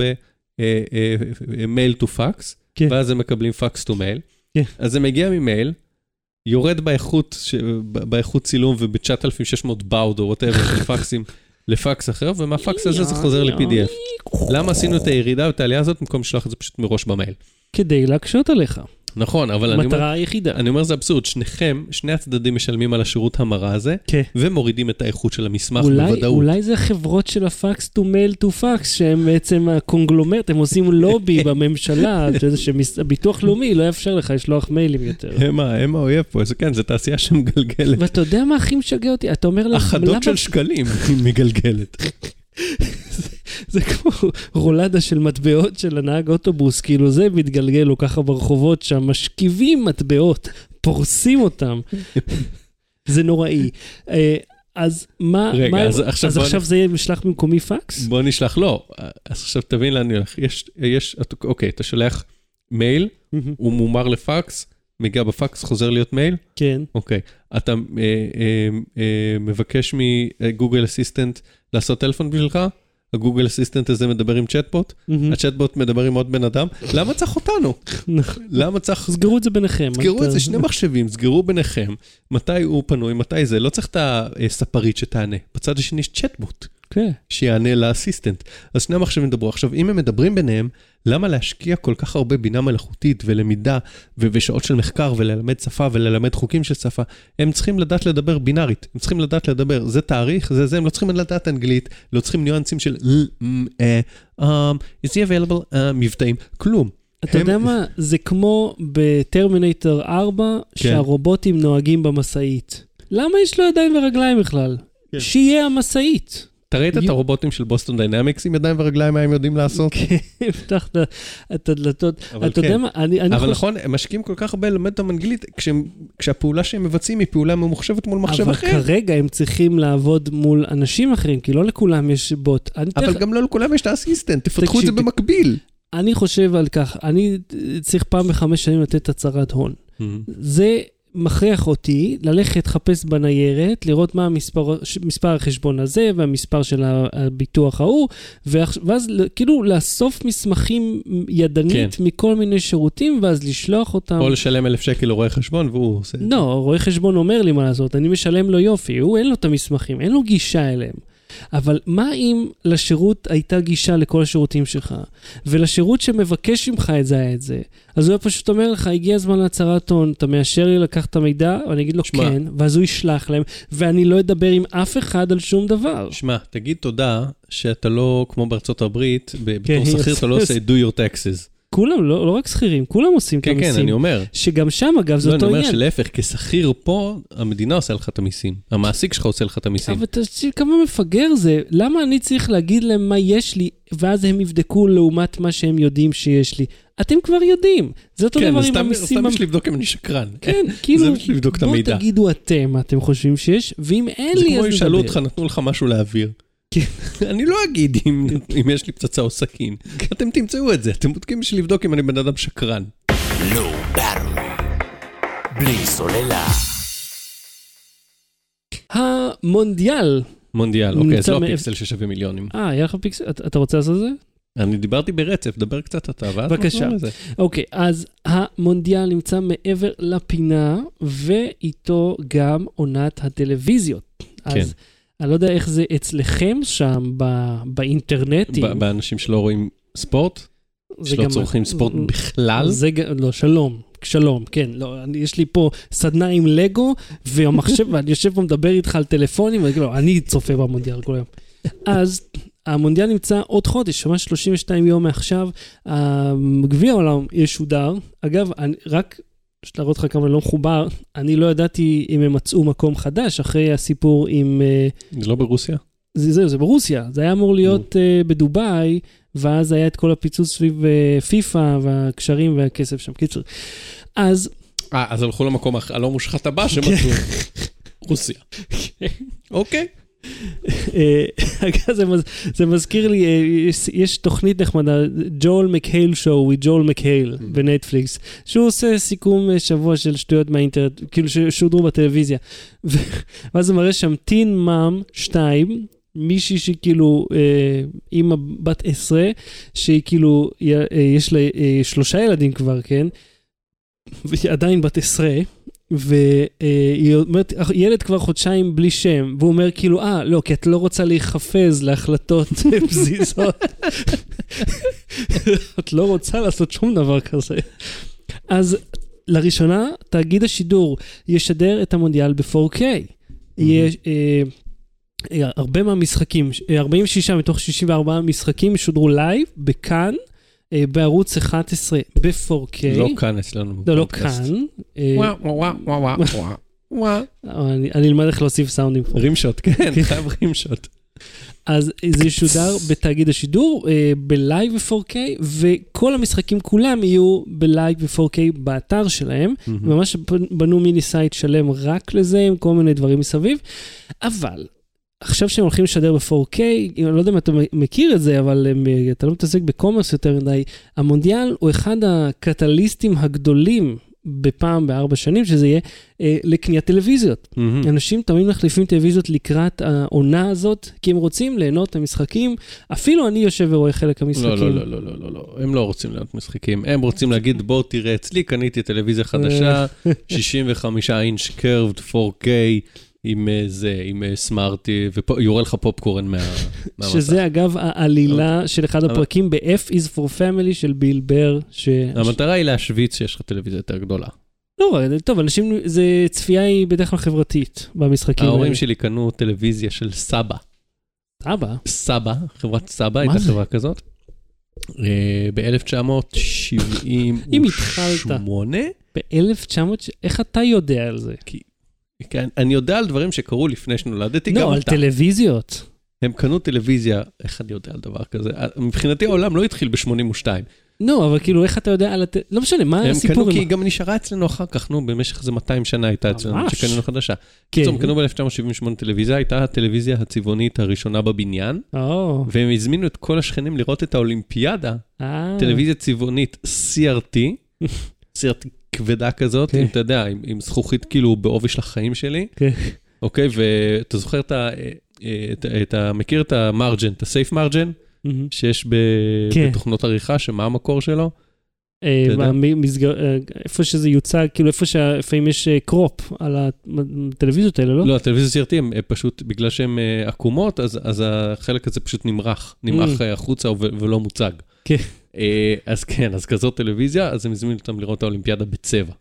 במייל טו פקס, ואז הם מקבלים פקס טו מייל. אז זה מגיע ממייל, יורד באיכות צילום, וב-9,600 באוד, או whatever, של פקסים, לפקס אחר, ומהפקס הזה זה חוזר ל-PDF. למה עשינו את הירידה ואת העלייה הזאת, במקום לשלוח את זה פשוט מראש במייל? כדי להקשות עליך. נכון, אבל מטרה היחידה. אני אומר זה אבסורד, שני הצדדים משלמים על השירות המרה הזה, ומורידים את האיכות של המסמך בוודאות. אולי זה חברות של הפקס טו מייל טו פקס, שהם בעצם הקונגלומרט, הם עושים לובי בממשלה, שהביטוח לאומי לא יאפשר לך לשלוח מיילים יותר. הם האויב פה, זה תעשייה שמגלגלת. ואתה יודע מה הכי משגע אותי? אתה אומר להם, אחדות של שקלים מגלגלת. זה כמו רולדה של מטבעות של הנהג אוטובוס, כאילו זה מתגלגל לו ככה ברחובות שם, משכיבים מטבעות, פורסים אותם. זה נוראי. אז מה... רגע, אז עכשיו זה יהיה משלח במקומי פקס? בוא נשלח, לא. אז עכשיו תבין לאן אני הולך. אוקיי, אתה שולח מייל, הוא מומר לפקס, מגיע בפקס, חוזר להיות מייל? כן. אוקיי. אתה מבקש מגוגל אסיסטנט לעשות טלפון בשבילך? הגוגל אסיסטנט הזה מדבר עם צ'אטבוט, הצ'אטבוט מדבר עם עוד בן אדם, למה צריך אותנו? למה צריך... סגרו את זה ביניכם. סגרו את זה, 2 מחשבים, סגרו ביניכם, מתי הוא פנוי, מתי זה, לא צריך את הספרית שתענה, בצד השני יש צ'אטבוט, שיענה לאסיסטנט, אז 2 מחשבים מדברו, עכשיו אם הם מדברים ביניהם, למה להשקיע כל כך הרבה בינה מלאכותית ולמידה ושעות של מחקר וללמד שפה וללמד חוקים של שפה, הם צריכים לדעת לדבר בינארית, הם צריכים לדעת לדבר, זה תאריך, זה, הם לא צריכים לדעת אנגלית, לא צריכים ניואנסים של is he available, מבטאים, כלום. אתה יודע מה? זה כמו בטרמינטור 4, שהרובוטים נוהגים במסעית. למה יש לו ידיים ורגליים בכלל? שיהיה המסעית. אתה ראית את הרובוטים של בוסטון דיינמיקס עם ידיים ורגליים, מה הם יודעים לעשות? כן, פתחת את הדלתות. אתה יודע מה, אבל נכון, הם משקיעים כל כך הרבה ללמד אותם אנגלית, כשהפעולה שהם מבצעים היא פעולה ממוחשבת מול מחשב אחר. אבל כרגע הם צריכים לעבוד מול אנשים אחרים, כי לא לכולם יש בוט. אבל גם לא לכולם יש את האסיסטנט, תפתחו את זה במקביל. אני חושב על כך, אני צריך פעם ב5 שנים לתת הצהרת הון. זה מכריח אותי ללכת לחפש בניירת, לראות מה מספר החשבון הזה, והמספר של הביטוח ההוא, ואז כאילו לאסוף מסמכים ידנית מכל מיני שירותים, ואז לשלוח אותם. או לשלם 1,000 שקל לרואה חשבון, והוא עושה... לא, רואה חשבון אומר לי מה לעשות, אני משלם לו יופי, הוא אין לו את המסמכים, אין לו גישה אליהם. אבל מה אם לשירות הייתה גישה לכל השירותים שלך, ולשירות שמבקש ממך את זה, אז הוא פשוט אומר לך, הגיע הזמן להצהרת הון, אתה מאשר לי לקחת את המידע, ואני אגיד לו כן, ואז הוא ישלח להם, ואני לא אדבר עם אף אחד על שום דבר. שמע, תגיד תודה שאתה לא, כמו בארצות הברית, בתור שכיר אתה לא עושה do your taxes. כולם, לא רק שכירים, כולם עושים את המיסים. כן, אני אומר. שגם שם, אגב, זה אותו עניין. לא, אני אומר שלהפך, כשכיר פה, המדינה עושה לך את המיסים. המעסיק שלך עושה לך את המיסים. אבל תשאיר כמה מפגר זה. למה אני צריך להגיד להם מה יש לי, ואז הם יבדקו לעומת מה שהם יודעים שיש לי? אתם כבר יודעים. זה אותו דבר עם המיסים. כן, סתם יש לבדוק אם אני שקרן. כן, כאילו, בוא תגידו אתם מה אתם חושבים שיש, ואם אין לי, אז נדבר. זה כמו ישאלו אותך, נתנו לך משהו להעביר. אני לא אגיד אם יש לי פצצה או סכין. אתם תמצאו את זה. אתם בודקים בשביל לבדוק אם אני בן אדם שקרן. לא ברור. בלי סוללה. המונדיאל. מונדיאל, אוקיי, אז לא הפיקסל ששווה מיליונים. היה לך פיקסל? אתה רוצה לעשות את זה? אני דיברתי ברצף, דבר קצת אתה, ואז בבקשה. אוקיי, אז המונדיאל נמצא מעבר לפינה, ואיתו גם עונת הטלוויזיות. כן. אני לא יודע איך זה אצלכם שם באינטרנטים. באנשים שלא רואים ספורט? שלא צורכים ספורט בכלל? לא, שלום, כן. לא, יש לי פה סדנה עם לגו, ואני יושב פה מדבר איתך על טלפונים, אני צופה במונדיאל כל היום. אז המונדיאל נמצא עוד חודש, ממש 32 יום מעכשיו, גביע העולם ישודר. אגב, רק... להראות לך כמה לא מחובר, אני לא ידעתי אם הם מצאו מקום חדש, אחרי הסיפור עם... זה לא ברוסיה? זה ברוסיה. זה היה אמור להיות בדובאי, ואז היה את כל הפיצוץ סביב פיפה, והקשרים והכסף שם. קיצר. אז הלכו למקום הלא מושחת הבא שמצאו. רוסיה. אוקיי. זה מזכיר לי, יש תוכנית נחמדה, ג'ול מקהיל שואו, וג'ול מקהיל בנטפליקס, שהוא עושה סיכום שבוע של שטויות מהאינטרנט, כאילו ששודרו בטלוויזיה, ואז זה מראה שם טין מאם 2, מישהי שכאילו, אימא בת 10, שהיא כאילו, יש לה 3 ילדים כבר, כן? והיא עדיין בת 10, והיא אומרת, ילד כבר חודשיים בלי שם, והוא אומר כאילו, לא, כי את לא רוצה להיחפז להחלטות פזיזות. את לא רוצה לעשות שום דבר כזה. אז לראשונה, תאגיד השידור ישדר את המונדיאל ב-4K. יש הרבה מהמשחקים, 46 מתוך 64 משחקים שודרו לייב, בכאן, בערוץ 11 ב-4K. לא כאן אצלנו. לא כאן. אני אלמד איך להוסיף סאונדים פה. רימשוט, כן, חייב רימשוט. אז זה ישודר בתאגיד השידור, בלייב ב-4K, וכל המשחקים כולם יהיו בלייב ב-4K באתר שלהם. ממש בנו מיני סייט שלם רק לזה, עם כל מיני דברים מסביב. אבל... עכשיו שהם הולכים לשדר ב-4K, אני לא יודע אם אתה מכיר את זה, אבל אתה לא מתעסק בקומרס יותר מדי, המונדיאל הוא אחד הקטליסטים הגדולים בפעם ב4 שנים, שזה יהיה לקניית טלוויזיות. אנשים תמיד מחליפים טלוויזיות לקראת העונה הזאת, כי הם רוצים ליהנות המשחקים, אפילו אני יושב ורואה חלק המשחקים. לא, הם לא רוצים ליהנות משחקים, הם רוצים להגיד, בוא תראה אצלי, קניתי טלוויזיה חדשה, 65 אינץ' קרבד 4K, עם סמארטי, ויורה לך פופקורן מהמסך. שזה אגב העלילה של אחד הפרקים ב-F is for family של ביל בר. המטרה היא להשוויץ שיש לך טלוויזיה יותר גדולה. לא, טוב, אנשים, זה צפייה היא בדרך כלל חברתית במשחקים האלה. ההורים שלי קנו טלוויזיה של סבא. סבא? סבא, חברת סבא, הייתה חברה כזאת. ב-1978. אם התחלת. ב-1900, איך אתה יודע על זה? אני יודע על דברים שקרו לפני שנולדתי. לא, על טלוויזיות. הם קנו טלוויזיה, איך אני יודע על דבר כזה? מבחינתי העולם לא התחיל ב-82. לא, אבל כאילו איך אתה יודע על... לא משנה, מה הסיפור? הם קנו כי גם נשארה אצלנו אחר כך, במשך איזה 200 שנה הייתה אצלנו, שקנינו חדשה. קיצור, הם קנו ב-1978 טלוויזיה, הייתה הטלוויזיה הצבעונית הראשונה בבניין, והם הזמינו את כל השכנים לראות את האולימפיאדה, טלוויזיה צבעונית CRT כבדה כזאת, אם אתה יודע, עם זכוכית כאילו בעובי של החיים שלי, אוקיי, ואתה זוכר אתה מכיר את המרג'ן, את הסייף מרג'ן, שיש בתוכנות עריכה, שמה המקור שלו? איפה שזה יוצג, כאילו איפה שלפעמים יש קרופ על הטלוויזיות האלה, לא? לא, הטלוויזיות סיירתי, הם פשוט, בגלל שהן עקומות, אז החלק הזה פשוט נמרח החוצה ולא מוצג. כן. אז כן, אז כזאת טלוויזיה, אז הם הזמינו אותם לראות את האולימפיאדה בצבע.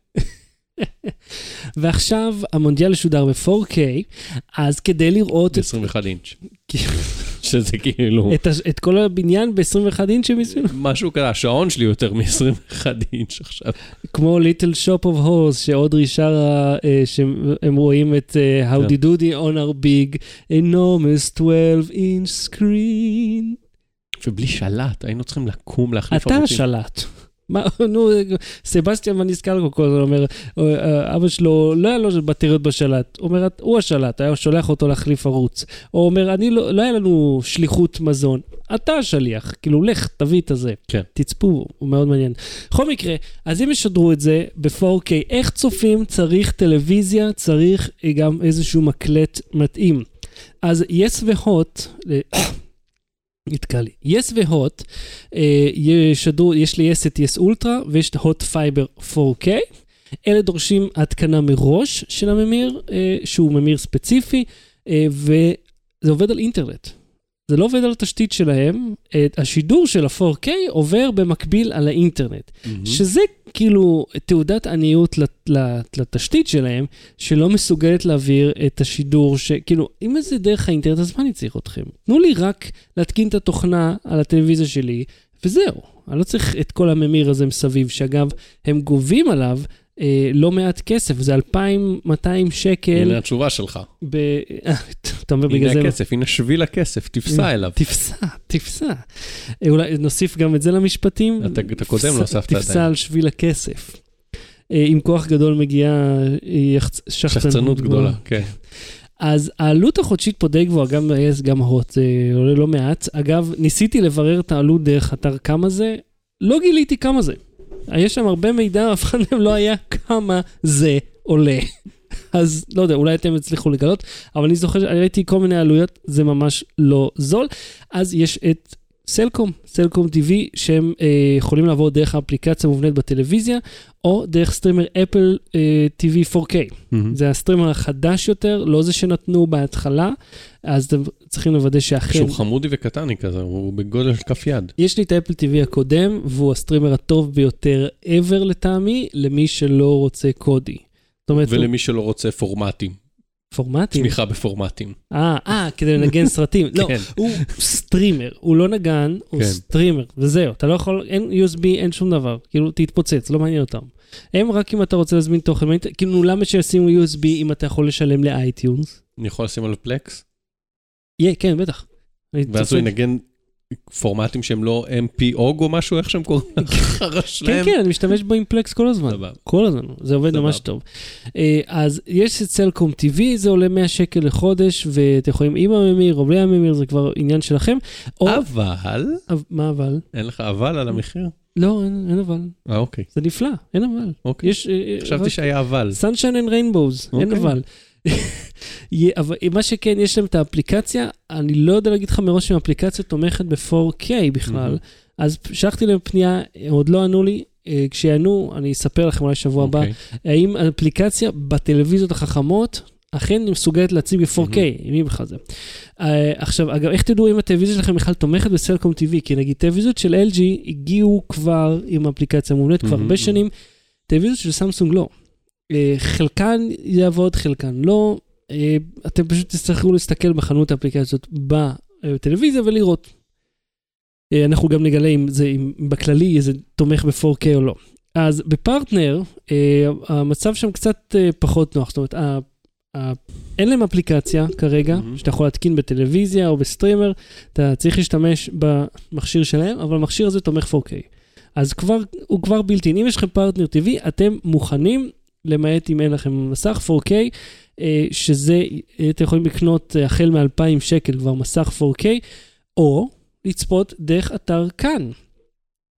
ועכשיו המונדיאל שודר ב-4K, אז כדי לראות... 21 אינץ'. שזה כאילו... את כל הבניין ב-21 אינץ' הם הזמינו? משהו כזה, השעון שלי יותר מ-21 אינץ' עכשיו. כמו Little Shop of Horse, שאודרי שרה, שהם רואים את Howdy Doody on our big enormous 12-inch screen. ובלי שלט, היינו צריכים לקום להחליף ערוצים. אתה שלט. נו, סבסטיאן מניסקלקו כל הזמן אומר, אבא שלו לא היה לו בטריות בשלט, הוא אומר, הוא השלט, היה שולח אותו להחליף ערוץ, הוא אומר, לא היה לנו שליחות מזון, אתה השליח, כאילו, לך, תביא את זה, תצפו, הוא מאוד מעניין. בכל מקרה, אז אם ישדרו את זה ב-4K, איך צופים? צריך טלוויזיה, צריך גם איזשהו מקלט מתאים. אז יס והוט, נתקע לי. יס והוט, יש לי יס את יס אולטרה, ויש את הוט פייבר 4K. אלה דורשים התקנה מראש של הממיר, שהוא ממיר ספציפי, וזה עובד על אינטרנט. זה לא עובד על התשתית שלהם, השידור של ה-4K עובר במקביל על האינטרנט, שזה כאילו תעודת עניות לתשתית שלהם, שלא מסוגלת להעביר את השידור, שכאילו, אם זה דרך האינטרנט, אז מה אני צריך אתכם? תנו לי רק להתקין את התוכנה על הטלוויזיה שלי, וזהו. אני לא צריך את כל הממיר הזה מסביב, שאגב, הם גובים עליו, לא מעט כסף, זה 2,200 שקל. הנה התשובה שלך. אתה אומר בגלל זה. הנה הכסף, הנה שביל הכסף, תפסה אליו. תפסה. אולי נוסיף גם את זה למשפטים. אתה קודם לא הוספת עדיין. תפסה על שביל הכסף. עם כוח גדול מגיעה שחצנות גדולה, כן. אז העלות החודשית פה די גבוהה, גם ב-AS, גם הוט, זה עולה לא מעט. אגב, ניסיתי לברר את העלות דרך אתר כמה זה, לא גיליתי כמה זה. יש שם הרבה מידע, אף אחד לא היה כמה זה עולה. אז לא יודע, אולי אתם הצליחו לגלות, אבל אני זוכר, אני ראיתי כל מיני עלויות, זה ממש לא זול. אז יש את סלקום TV, שהם יכולים לעבור דרך האפליקציה מובנית בטלוויזיה, או דרך סטרימר אפל TV 4K. זה הסטרימר החדש יותר, לא זה שנתנו בהתחלה, אז אתם צריכים לוודא שאכן... שהוא חמודי וקטני כזה, הוא בגודל של כף יד. יש לי את האפל TV הקודם, והוא הסטרימר הטוב ביותר ever לטעמי, למי שלא רוצה קודי. ולמי שלא רוצה פורמטים. פורמטים? תמיכה בפורמטים. כדי לנגן סרטים. לא, הוא סטרימר, הוא לא נגן, הוא סטרימר, וזהו, אתה לא יכול, אין USB, אין שום דבר, כאילו תתפוצץ, לא מעניין אותם. הם רק אם אתה רוצה להזמין תוכן, כאילו למה שישימו USB אם אתה יכול לשלם לאייטיונס? אני יכול לשים על פלקס? כן, בטח. ואז הוא ינגן פורמטים שהם לא MP או משהו, איך שהם קוראים לחרש שלהם. כן, אני משתמש בו עם פלקס כל הזמן. כל הזמן, זה עובד ממש טוב. אז יש את סלקום TV, זה עולה 100 שקל לחודש, ואתם יכולים עם הממיר או בלי הממיר, זה כבר עניין שלכם. אבל? מה אבל? אין לך אבל על המחיר? לא, אין אבל. אוקיי. זה נפלא, אין אבל. אוקיי. חשבתי שהיה אבל. Sunshine and Rainbows, אין אבל. אבל מה שכן, יש להם את האפליקציה, אני לא יודע להגיד לך מראש אם האפליקציה תומכת ב-4K בכלל, אז שלחתי להם פנייה, עוד לא ענו לי, כשיענו, אני אספר לכם אולי שבוע הבא, האם האפליקציה בטלוויזיות החכמות, אכן מסוגלת להציג ב-4K, מי בכלל זה. עכשיו, אגב, איך תדעו אם הטלוויזיה שלכם בכלל תומכת בסלקום TV? כי נגיד, טלוויזיות של LG הגיעו כבר עם אפליקציה מובנית כבר הרבה שנים, טלוויזיות של סמסונג לא. חלקן יעבוד, חלקן לא. אתם פשוט תצטרכו להסתכל בחנות האפליקציות בטלוויזיה ולראות. אנחנו גם נגלה אם בכללי זה תומך ב-4K או לא. אז בפרטנר, המצב שם קצת פחות נוח. זאת אומרת, אין להם אפליקציה כרגע, שאתה יכול להתקין בטלוויזיה או בסטרימר, אתה צריך להשתמש במכשיר שלהם, אבל המכשיר הזה תומך 4K. אז הוא כבר בלתי. אם יש לכם פרטנר TV, אתם מוכנים, למעט אם אין לכם מסך 4K, שזה, אתם יכולים לקנות החל מ-2,000 שקל כבר מסך 4K, או לצפות דרך אתר כאן.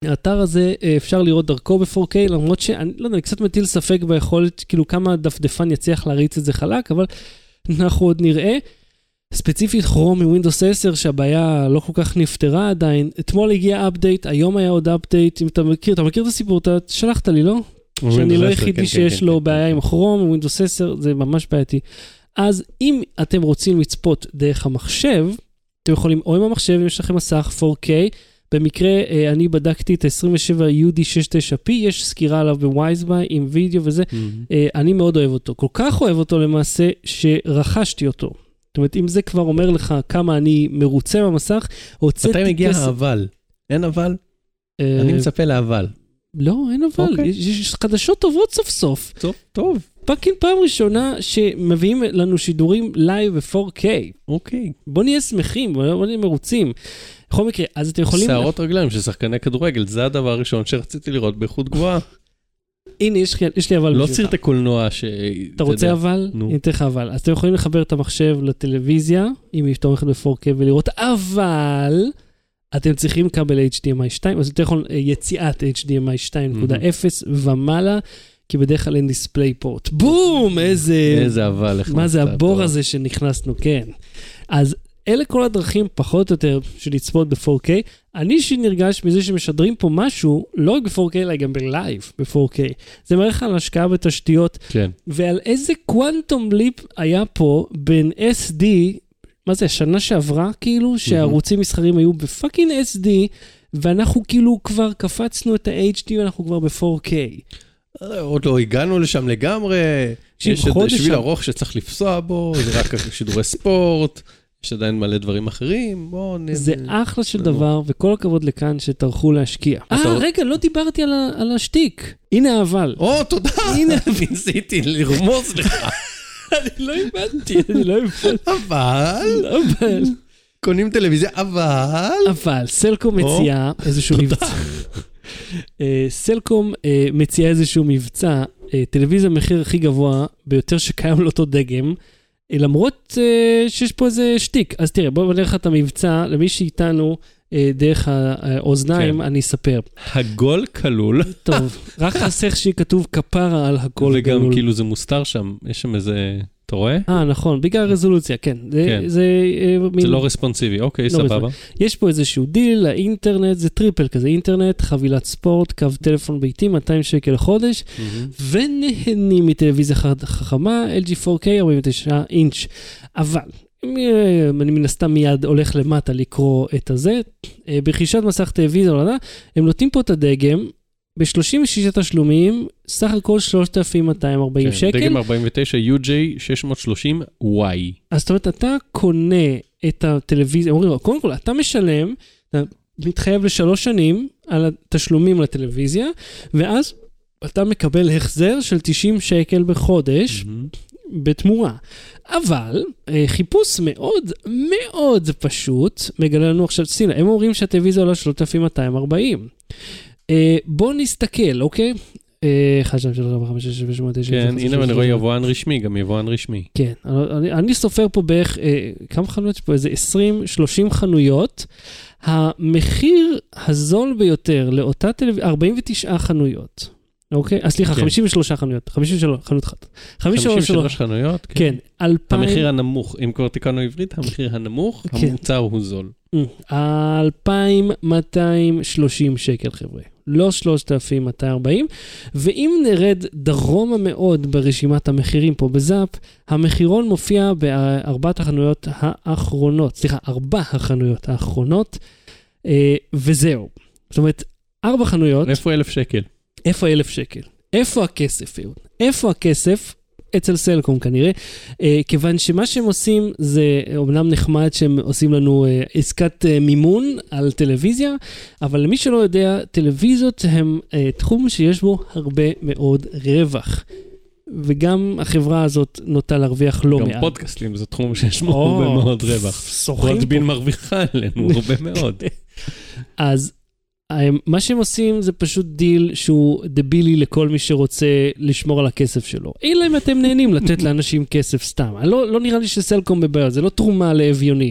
האתר הזה אפשר לראות דרכו ב-4K, למרות שאני לא יודע, אני קצת מטיל ספק ביכולת, כאילו כמה דפדפן יצליח להריץ את זה חלק, אבל אנחנו עוד נראה. ספציפית כרום מווינדוס 10, שהבעיה לא כל כך נפתרה עדיין. אתמול הגיע אפדייט, היום היה עוד אפדייט, אם אתה מכיר את הסיפור, אתה שלחת לי, לא? שאני לא היחידי שיש לו בעיה עם כרום, ווינדוס 10, זה ממש בעייתי. אז אם אתם רוצים לצפות דרך המחשב, אתם יכולים או עם המחשב, אם יש לכם מסך 4K, במקרה אני בדקתי את ה-27UD69P, יש סקירה עליו בווייזביי עם וידאו וזה, אני מאוד אוהב אותו. כל כך אוהב אותו למעשה, שרכשתי אותו. זאת אומרת, אם זה כבר אומר לך כמה אני מרוצה במסך, מתי מגיע האבל? אין אבל? אני מצפה לאבל. לא, אין אבל. יש חדשות טובות סוף סוף. טוב. פאקינג פעם ראשונה שמביאים לנו שידורים לייב ב-4K. אוקיי. בוא נהיה שמחים, בוא נהיה מרוצים. בכל מקרה, אז אתם יכולים... שערות רגליים של שחקני כדורגל, זה הדבר הראשון שרציתי לראות באיכות גבוהה. הנה, יש לי אבל... לא סרטי קולנוע אתה רוצה אבל? אני אתן לך אבל. אז אתם יכולים לחבר את המחשב לטלוויזיה, אם היא תומכת ב-4K ולראות, אבל אתם צריכים כבל HDMI 2, אז אתם יכולים יציאת HDMI 2.0 ומעלה, כי בדרך כלל אין דיספליי פורט. בום! איזה אבל. מה זה הבור הזה שנכנסנו, כן. אז אלה כל הדרכים פחות או יותר של לצפות ב-4K. אני שנרגש מזה שמשדרים פה משהו, לא רק ב-4K, אלא גם בלייב ב-4K. זה מראה לך על השקעה בתשתיות, כן. ועל איזה קוונטום ליפ היה פה בין SD, מה זה, השנה שעברה כאילו, שהערוצים מסחרים היו בפאקינג SD, ואנחנו כאילו כבר קפצנו את ה-HD, ואנחנו כבר ב-4K. עוד לא הגענו לשם לגמרי, יש שביל ארוך שצריך לפסוע בו, זה רק שידורי ספורט, יש עדיין מלא דברים אחרים, זה אחלה של דבר, וכל הכבוד לכאן שטרחו להשקיע. רגע, לא דיברתי על השטיק. הנה אבל. תודה. הנה, ניסיתי לרמוז לך. אני לא הבנתי. אבל. קונים טלוויזיה, אבל, סלקום מציעה איזשהו מבצע. סלקום מציעה איזשהו מבצע, טלוויזיה המחיר הכי גבוה ביותר שקיים לאותו דגם, למרות שיש פה איזה שטיק. אז תראה, בואו נראה לך את המבצע, למי שאיתנו דרך האוזניים, אני אספר. הגול כלול. טוב, רק חסך שיהיה כתוב כפרה על הגול כלול. וגם כאילו זה מוסתר שם, יש שם איזה, אתה רואה? נכון, בגלל הרזולוציה, כן. זה לא רספונסיבי, אוקיי, סבבה. יש פה איזשהו דיל, האינטרנט, זה טריפל כזה, אינטרנט, חבילת ספורט, קו טלפון ביתי, 200 שקל לחודש, ונהנים מטלוויזיה חכמה, LG 4K, 49 אינץ'. אבל, אני מן הסתם מיד הולך למטה לקרוא את הזה, ברכישת מסך טלוויזיה, הם נותנים פה את הדגם, ב-36 תשלומים, סך הכל 3,240 שקל. דגם 49 UJ630Y. אז זאת אומרת, אתה קונה את הטלוויזיה, אומרים, קודם כל, אתה משלם, אתה מתחייב ל3 שנים על התשלומים לטלוויזיה, ואז אתה מקבל החזר של 90 שקל בחודש, בתמורה. אבל חיפוש מאוד מאוד פשוט, מגלה לנו עכשיו, סינה, הם אומרים שהטלוויזיה עולה 3,240. בוא נסתכל, אוקיי? 1, 2, 3, 4, 5, 6, 7, 8, 9, כן, הנה אני רואה יבואן רשמי, גם יבואן רשמי. כן, אני סופר פה בערך, כמה חנויות יש פה? איזה 20-30 חנויות. המחיר הזול ביותר לאותה טלוויזיה, 49 חנויות. אוקיי? סליחה, 53 חנויות. 53 חנות אחת. 53 חנויות? כן. המחיר הנמוך, אם כבר תיקנו עברית, המחיר הנמוך, המוצר הוא זול. 2,230 שקל, חבר'ה. לא 3,240. ואם נרד דרומה מאוד ברשימת המחירים פה בזאפ, המחירון מופיע בארבעת החנויות האחרונות. סליחה, 4 החנויות האחרונות, וזהו. זאת אומרת, 4 חנויות. איפה 1,000 שקל? איפה 1,000 שקל? איפה הכסף? איפה הכסף? אצל סלקום כנראה, כיוון שמה שהם עושים זה אומנם נחמד שהם עושים לנו עסקת מימון על טלוויזיה, אבל למי שלא יודע, טלוויזיות הם תחום שיש בו הרבה מאוד רווח. וגם החברה הזאת נוטה להרוויח לא מעט. גם פודקאסטים זה תחום שיש בו הרבה מאוד רווח. רוטבין מרוויחה עלינו הרבה מאוד. אז מה שהם עושים זה פשוט דיל שהוא דבילי לכל מי שרוצה לשמור על הכסף שלו. אלא אם אתם נהנים לתת לאנשים כסף סתם. לא נראה לי שסלקום בבעיה, זה לא תרומה לאביונים.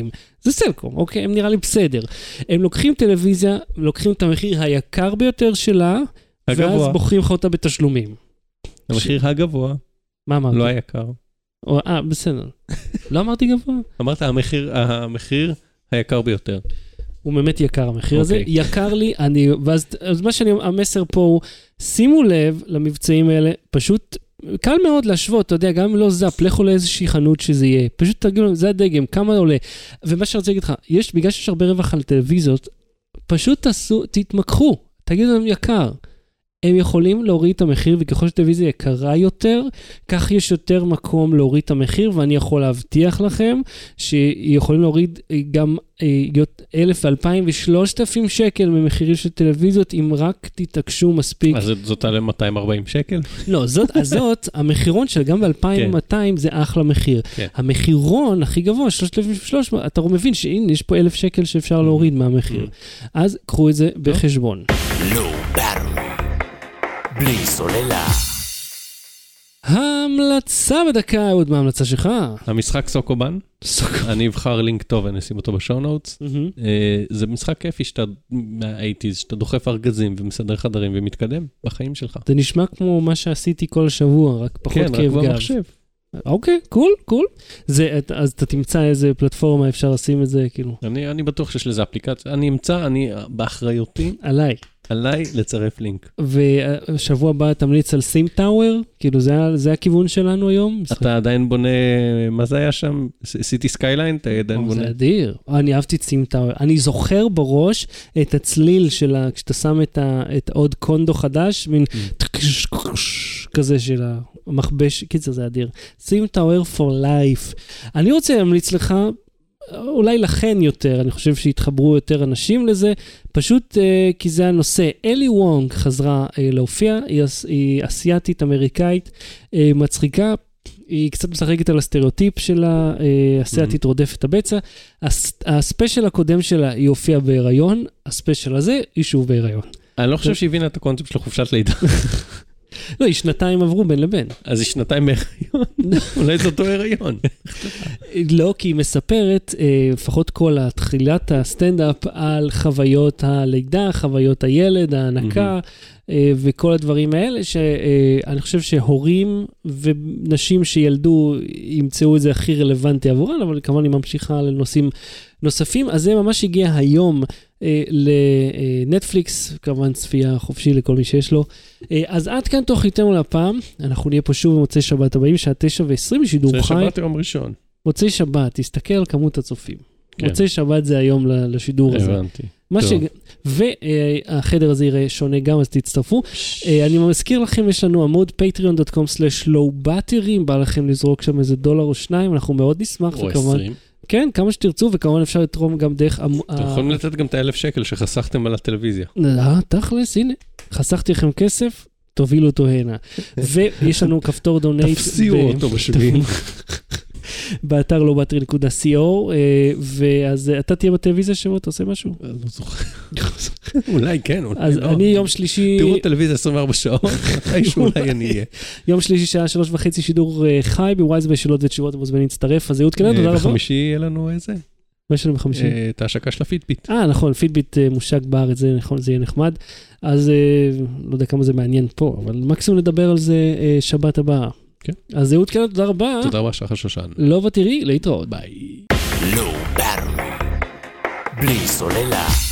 זה סלקום, אוקיי? הם נראה לי בסדר. הם לוקחים טלוויזיה, לוקחים את המחיר היקר ביותר שלה, ואז בוחרים לך אותה בתשלומים. המחיר הגבוה. מה אמרתי? לא היקר. בסדר. לא אמרתי גבוה? אמרת המחיר היקר ביותר. הוא באמת יקר, המחיר הזה. יקר לי, אז מה המסר פה הוא, שימו לב למבצעים האלה, פשוט קל מאוד להשוות, אתה יודע, גם אם לא זאפ, לכו לאיזושהי חנות שזה יהיה. פשוט תגידו, זה הדגם, כמה עולה. ומה שרציתי להגיד לך, בגלל שיש הרבה רווח על טלוויזיות, פשוט תתמקחו, תגידו להם יקר. הם יכולים להוריד את המחיר, וככל שטלוויזיה יקרה יותר, כך יש יותר מקום להוריד את המחיר, ואני יכול להבטיח לכם, שיכולים להוריד גם 1,000, 2,000 ו-3,000 שקל ממחירים של טלוויזיות, אם רק תתעקשו מספיק. אז זאת עלה 240 שקל? לא, זאת, המחירון של גם ב-2,200 זה אחלה מחיר. המחירון הכי גבוה, 3,300, אתה מבין שהנה, יש פה 1,000 שקל שאפשר להוריד מהמחיר. אז קחו את זה בחשבון. בלי סוללה. המלצה בדקה, עוד מה ההמלצה שלך? המשחק סוקובן. אני אבחר לינק טוב ונשים אותו בשואו נוטס. זה משחק כיפי שאתה מהאייטיז, שאתה דוחף ארגזים ומסדר חדרים ומתקדם בחיים שלך. זה נשמע כמו מה שעשיתי כל השבוע, רק פחות כאב גב. כן, רק במחשב. אוקיי, קול. אז אתה תמצא איזה פלטפורמה אפשר לשים את זה, כאילו. אני בטוח שיש לזה אפליקציה. אני אמצא, באחריותי. עליי לצרף לינק. ושבוע הבא תמליץ על סים טאוור? כאילו זה הכיוון שלנו היום? אתה עדיין בונה, מה זה היה שם? סיטי סקייליין? אתה עדיין בונה? זה אדיר. אני אהבתי את סים טאוור. אני זוכר בראש את הצליל שלה, כשאתה שם את עוד קונדו חדש, מין כזה של המחבש, קיצר זה אדיר. סים טאוור for life. אני רוצה להמליץ לך, אולי לכן יותר, אני חושב שהתחברו יותר אנשים לזה, פשוט כי זה הנושא. אלי וונג חזרה להופיע, היא אסיאטית אמריקאית, מצחיקה, היא קצת משחקת על הסטריאוטיפ שלה, אסיאטית רודפת הבצע. הספיישל הקודם שלה היא הופיעה בהיריון, הספיישל הזה היא שוב בהיריון. אני לא חושב שהבינה את הקונספט של חופשת לידה. לא, היא שנתיים עברו בין לבין. אז היא שנתיים בהיריון? אולי זה אותו הריון. לא, כי היא מספרת, לפחות כל התחילת הסטנדאפ, על חוויות הלידה, חוויות הילד, ההנקה, וכל הדברים האלה, שאני חושב שהורים ונשים שילדו ימצאו את זה הכי רלוונטי עבורן, אבל כמובן היא ממשיכה לנושאים נוספים. אז זה ממש הגיע היום לנטפליקס, כמובן צפייה חופשי לכל מי שיש לו. אז עד כאן תוכניתנו לפעם, אנחנו נהיה פה שוב במוצאי שבת הבאים, שעה 9:20 בשידור חי. מוצאי שבת יום ראשון. מוצאי שבת, תסתכל על כמות הצופים. מוצאי שבת זה היום לשידור הזה. הבנתי. והחדר הזה יראה שונה גם, אז תצטרפו. אני מזכיר לכם, יש לנו עמוד patreon.com/lowbattery, אם בא לכם לזרוק שם איזה $1 או $2, אנחנו מאוד נשמח. או 20. כן, כמה שתרצו, וכמובן אפשר לתרום גם דרך... אתם יכולים לתת גם את 1,000 שקל שחסכתם על הטלוויזיה. תכלס, הנה, חסכתי לכם כסף, תובילו אותו הנה. ויש לנו כפתור דונייט. תפסיעו אותו בשביל. באתר lowbattery.co, ואז אתה תהיה בטלוויזיה שבו, אתה עושה משהו? לא זוכר. אולי כן, אולי לא. אז אני יום שלישי... תראו טלוויזיה 24 שעות, מתישהו אולי אני אהיה. יום שלישי, שעה 3:30 שידור חי, בווייז בשאלות ותשובות, מוזמנים להצטרף, אז אהוד כנראה, תודה רבה. בחמישי יהיה לנו איזה? מה יש לנו בחמישי? את ההשקה של הפידביט. נכון, פידביט מושק בארץ, זה יהיה נחמד. אז לא יודע כמה זה מעניין פה, אבל מקסימום נדבר על זה שבת הבאה. כן. אז אהוד כנראה, תודה רבה. תודה רבה, שחר שושן. לא ותראי, להתראות. ביי. Low Battery. בלי סוללה.